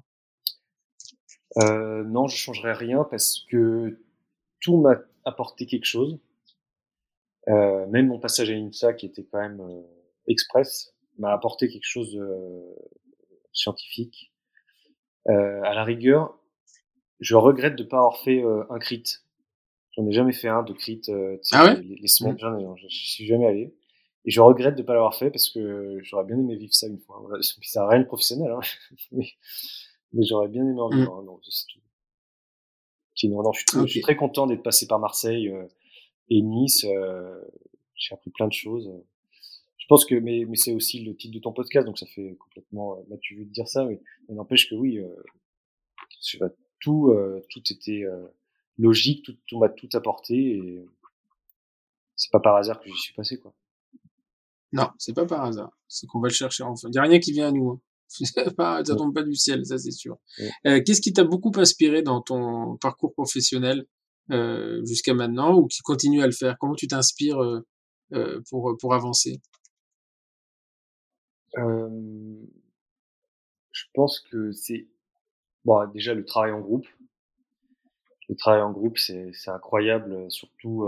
Non, je changerais rien parce que tout m'a apporté quelque chose. Même mon passage à l'INSA, qui était quand même express, m'a apporté quelque chose de scientifique. À la rigueur, je regrette de pas avoir fait un crit. J'en ai jamais fait un de crit. Ah ouais? Les smoke, je suis jamais allé. Et je regrette de pas l'avoir fait parce que j'aurais bien aimé vivre ça une fois. Voilà. Ça n'a rien de professionnel, hein. mais j'aurais bien aimé en vivre. Non, c'est tout. Sinon, non, je suis très content d'être passé par Marseille et Nice. J'ai appris plein de choses. Je pense que, mais c'est aussi le titre de ton podcast, donc ça fait complètement tu veux te dire ça, mais n'empêche que oui, tout était logique, tout m'a tout apporté et c'est pas par hasard que j'y suis passé, quoi. Non, c'est pas par hasard. C'est qu'on va le chercher enfin. Il y a rien qui vient à nous. Hein. Ça tombe pas du ciel, ça c'est sûr. Qu'est-ce qui t'a beaucoup inspiré dans ton parcours professionnel jusqu'à maintenant ou qui continue à le faire? Comment tu t'inspires pour avancer? je pense que c'est bon, déjà le travail en groupe. Le travail en groupe, c'est incroyable, surtout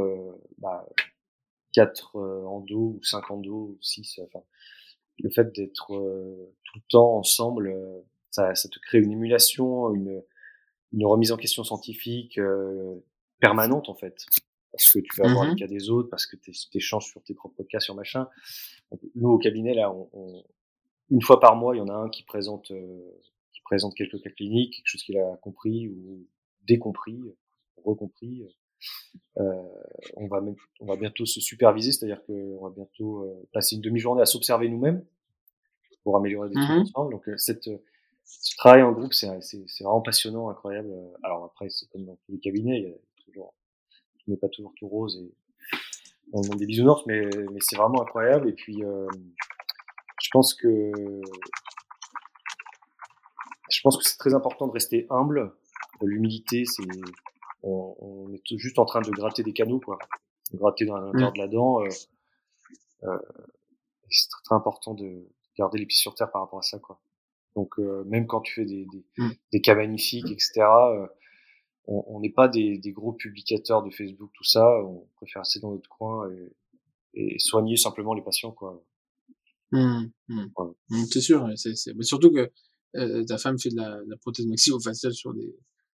4 en dos ou 5 en dos ou 6. Enfin, le fait d'être tout le temps ensemble, ça te crée une émulation, une remise en question scientifique permanente en fait. Parce que tu vas voir les cas des autres, parce que tu échanges sur tes propres cas, sur machin. Donc, nous au cabinet là, une fois par mois, il y en a un qui présente quelques cas cliniques, quelque chose qu'il a compris ou décompris, recompris. On va bientôt se superviser, c'est-à-dire qu'on va bientôt passer une demi-journée à s'observer nous-mêmes pour améliorer des trucs ensemble. Donc ce travail en groupe, c'est vraiment passionnant, incroyable. Alors après, c'est comme dans tous les cabinets, il y a toujours, tout n'est pas toujours tout rose et on demande des bisounours, mais c'est vraiment incroyable. Et puis je pense que c'est très important de rester humble. L'humilité, on est juste en train de gratter des canaux, quoi. Gratter dans l'intérieur de la dent. C'est très, très important de garder les pieds sur terre par rapport à ça, quoi. Donc même quand tu fais des cas magnifiques, etc., on n'est pas des gros publicateurs de Facebook, tout ça. On préfère rester dans notre coin et soigner simplement les patients, quoi. Voilà. C'est sûr. Mais surtout que ta femme fait de la prothèse maxillofaciale sur des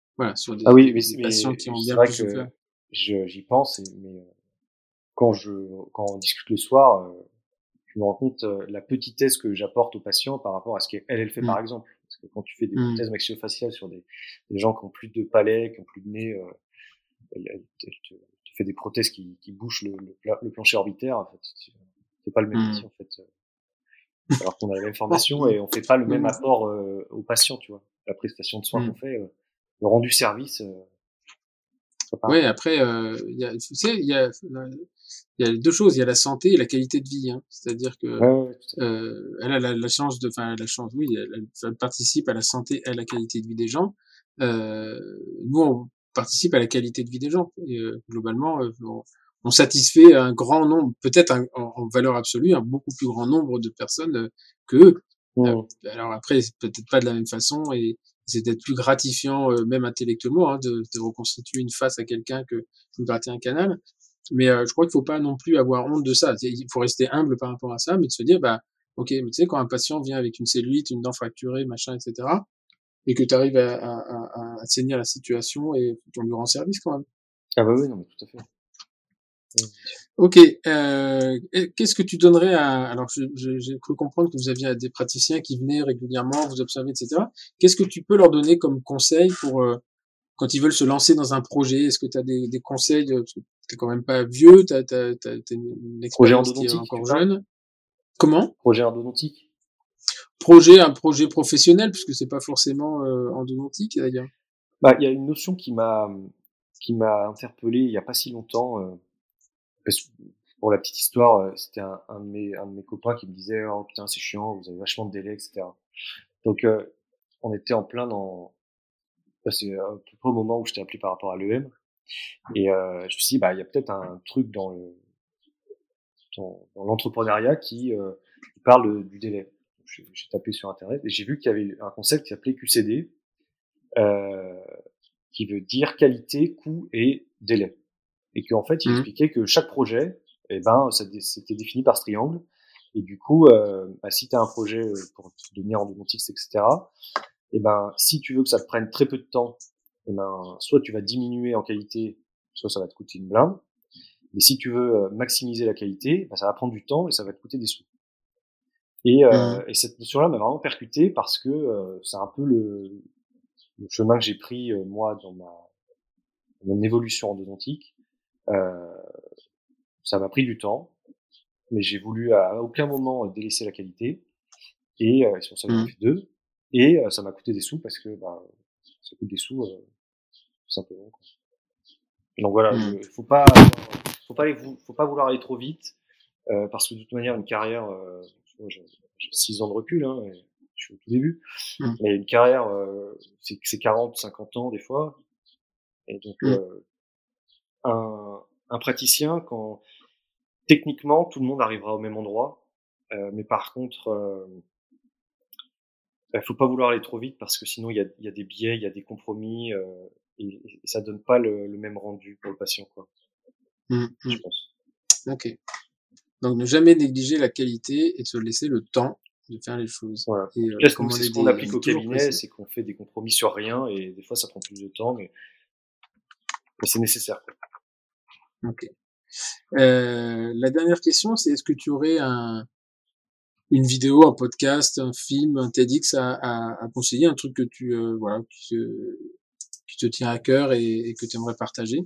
patients qui ont bien plus souffert. J'y pense, mais quand on discute le soir, je me rends compte la petitesse que j'apporte aux patients par rapport à ce qu'elle fait par exemple. Parce que quand tu fais des prothèses maxillofaciales sur des gens qui ont plus de palais, qui ont plus de nez, elle te fait des prothèses qui bouchent le plancher orbitaire. En fait, c'est pas le même métier en fait. Alors qu'on a la même formation et on fait pas le même apport aux patients, tu vois. La prestation de soins qu'on fait, le rendu service. Ouais, après, il y a deux choses. Il y a la santé et la qualité de vie. Hein. C'est-à-dire que elle a la chance oui, elle participe à la santé et à la qualité de vie des gens. Nous, on participe à la qualité de vie des gens. Et, globalement, on satisfait un grand nombre, peut-être en valeur absolue, un beaucoup plus grand nombre de personnes que eux. Alors après, c'est peut-être pas de la même façon et c'est peut-être plus gratifiant, même intellectuellement, de reconstituer une face à quelqu'un que de gratter un canal. Mais je crois qu'il faut pas non plus avoir honte de ça. Il faut rester humble par rapport à ça, mais de se dire, ok, mais tu sais, quand un patient vient avec une cellulite, une dent fracturée, machin, etc., et que tu arrives à assainir la situation et on lui rend service quand même. Ah bah oui, non, mais tout à fait. Ok, qu'est-ce que tu donnerais alors j'ai cru comprendre que vous aviez des praticiens qui venaient régulièrement vous observer, etc. Qu'est-ce que tu peux leur donner comme conseil pour quand ils veulent se lancer dans un projet? Est-ce que tu as des conseils, parce que t'es quand même pas vieux, t'as une expérience qui est encore jeune. Comment? Projet endodontique. Un projet professionnel, puisque c'est pas forcément endodontique d'ailleurs. Il y a une notion qui m'a interpellé il y a pas si longtemps. Parce que, pour la petite histoire, c'était un de mes copains qui me disait oh putain c'est chiant, vous avez vachement de délais, etc. Donc on était en plein c'est à peu près au moment où je t'ai appelé par rapport à l'EM et je me suis dit il y a peut-être un truc dans l'entrepreneuriat qui parle du délai. J'ai tapé sur internet et j'ai vu qu'il y avait un concept qui s'appelait QCD qui veut dire qualité, coût et délai. Et qu'en fait, il expliquait que chaque projet, c'était défini par ce triangle. Et du coup, si tu as un projet pour devenir endodontiste, etc., si tu veux que ça te prenne très peu de temps, soit tu vas diminuer en qualité, soit ça va te coûter une blinde. Mais si tu veux maximiser la qualité, ça va prendre du temps et ça va te coûter des sous. Et cette notion-là m'a vraiment percuté parce que c'est un peu le chemin que j'ai pris moi dans mon évolution endodontique. Ça m'a pris du temps, mais j'ai voulu à aucun moment délaisser la qualité. Et c'est pour ça que j'en ai fait 2. Et ça m'a coûté des sous parce que ça coûte des sous tout simplement. Quoi. Et donc voilà, faut pas vouloir aller trop vite parce que de toute manière une carrière, j'ai 6 ans de recul, et je suis au tout début, mais une carrière c'est 40, 50 ans des fois. Et donc un praticien, quand techniquement tout le monde arrivera au même endroit, mais par contre faut pas vouloir aller trop vite parce que sinon il y a des biais, il y a des compromis et ça donne pas le même rendu pour le patient, quoi. Je pense. Ok. Donc ne jamais négliger la qualité et de se laisser le temps de faire les choses. Voilà. Et, En tout cas, c'est ce qu'on applique au cabinet, c'est qu'on fait des compromis sur rien et des fois ça prend plus de temps, mais c'est nécessaire, quoi. Ok. La dernière question, c'est est-ce que tu aurais une vidéo, un podcast, un film, un TEDx à conseiller, un truc que tu voilà qui te tient à cœur et que tu aimerais partager?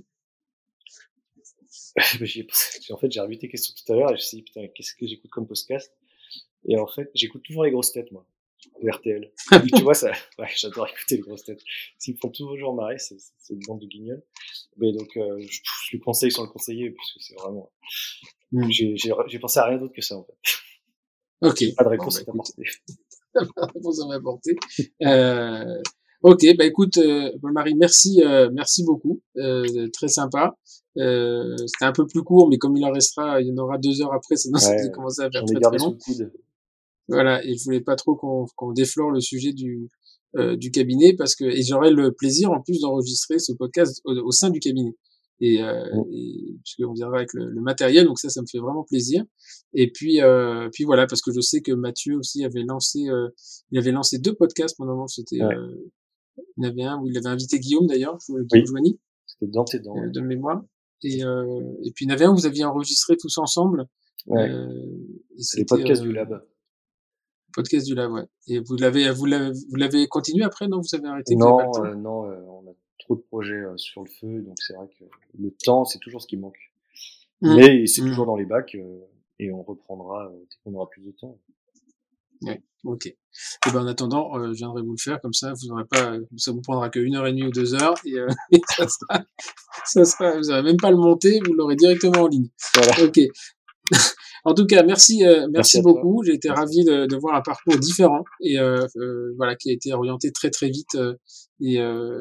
En fait, j'ai revu tes questions tout à l'heure et je me suis dit, putain, qu'est-ce que j'écoute comme podcast? Et en fait, j'écoute toujours les grosses têtes, moi, de RTL. Donc, tu vois, ça, ouais, j'adore écouter les grosses têtes. S'ils me font toujours marrer, c'est une bande de guignols. Mais donc, je lui conseille sans le conseiller, puisque c'est vraiment, j'ai pensé à rien d'autre que ça, en fait. Ok. Pas de réponse à t'apporter. Pas de réponse à m'apporter. Ok, bah écoute, Paul-Marie, merci beaucoup, très sympa. C'était un peu plus court, mais comme il y en aura 2 heures après, sinon ça va commencer à faire très très long. Voilà, et je voulais pas trop qu'on déflore le sujet du cabinet et j'aurai le plaisir en plus d'enregistrer ce podcast au sein du cabinet. Et puisqu'on viendra avec le matériel, donc ça me fait vraiment plaisir. Et puis voilà, parce que je sais que Mathieu aussi il avait lancé 2 podcasts pendant un moment. C'était il y en avait un où il avait invité Guillaume d'ailleurs, Guillaume Joigny. C'était dans tes dents. De mémoire. Et puis il y en avait un où vous aviez enregistré tous ensemble. C'est les podcasts du Lab. Podcast du Lab, ouais. Et vous l'avez continué après, non? Vous avez arrêté? Non, non, on a trop de projets sur le feu, donc c'est vrai que le temps, c'est toujours ce qui manque. Mais c'est toujours dans les bacs et on reprendra dès qu'on aura plus de temps. Ouais, ok. Et ben en attendant, je viendrai vous le faire comme ça, ça vous prendra que 1h30 ou 2 heures et ça sera, vous n'aurez même pas le monter, vous l'aurez directement en ligne. Voilà. Ok. En tout cas, merci beaucoup. J'ai été ravi de voir un parcours différent et voilà, qui a été orienté très très vite et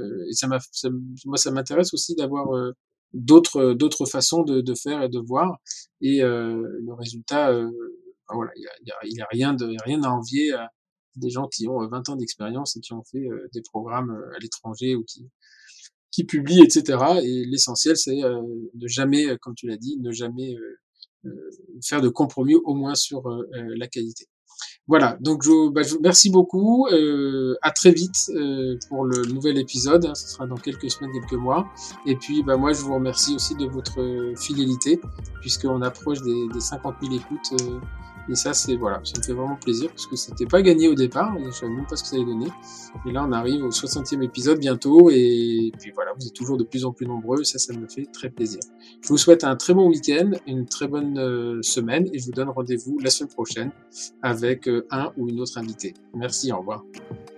moi ça m'intéresse aussi d'avoir d'autres façons de faire et de voir et le résultat voilà, il y a rien à envier à des gens qui ont 20 ans d'expérience et qui ont fait des programmes à l'étranger ou qui publient, etc. Et l'essentiel, c'est de jamais, comme tu l'as dit, ne jamais faire de compromis au moins sur la qualité. Voilà, donc merci beaucoup, à très vite pour le nouvel épisode, ce sera dans quelques semaines, quelques mois, et puis moi je vous remercie aussi de votre fidélité, puisqu'on approche des 50 000 écoutes, et ça me fait vraiment plaisir, parce que c'était pas gagné au départ, je savais même pas ce que ça allait donner, et là on arrive au 60e épisode bientôt, et puis voilà, vous êtes toujours de plus en plus nombreux, et ça me fait très plaisir. Je vous souhaite un très bon week-end, une très bonne semaine, et je vous donne rendez-vous la semaine prochaine avec un ou une autre invitée. Merci, au revoir.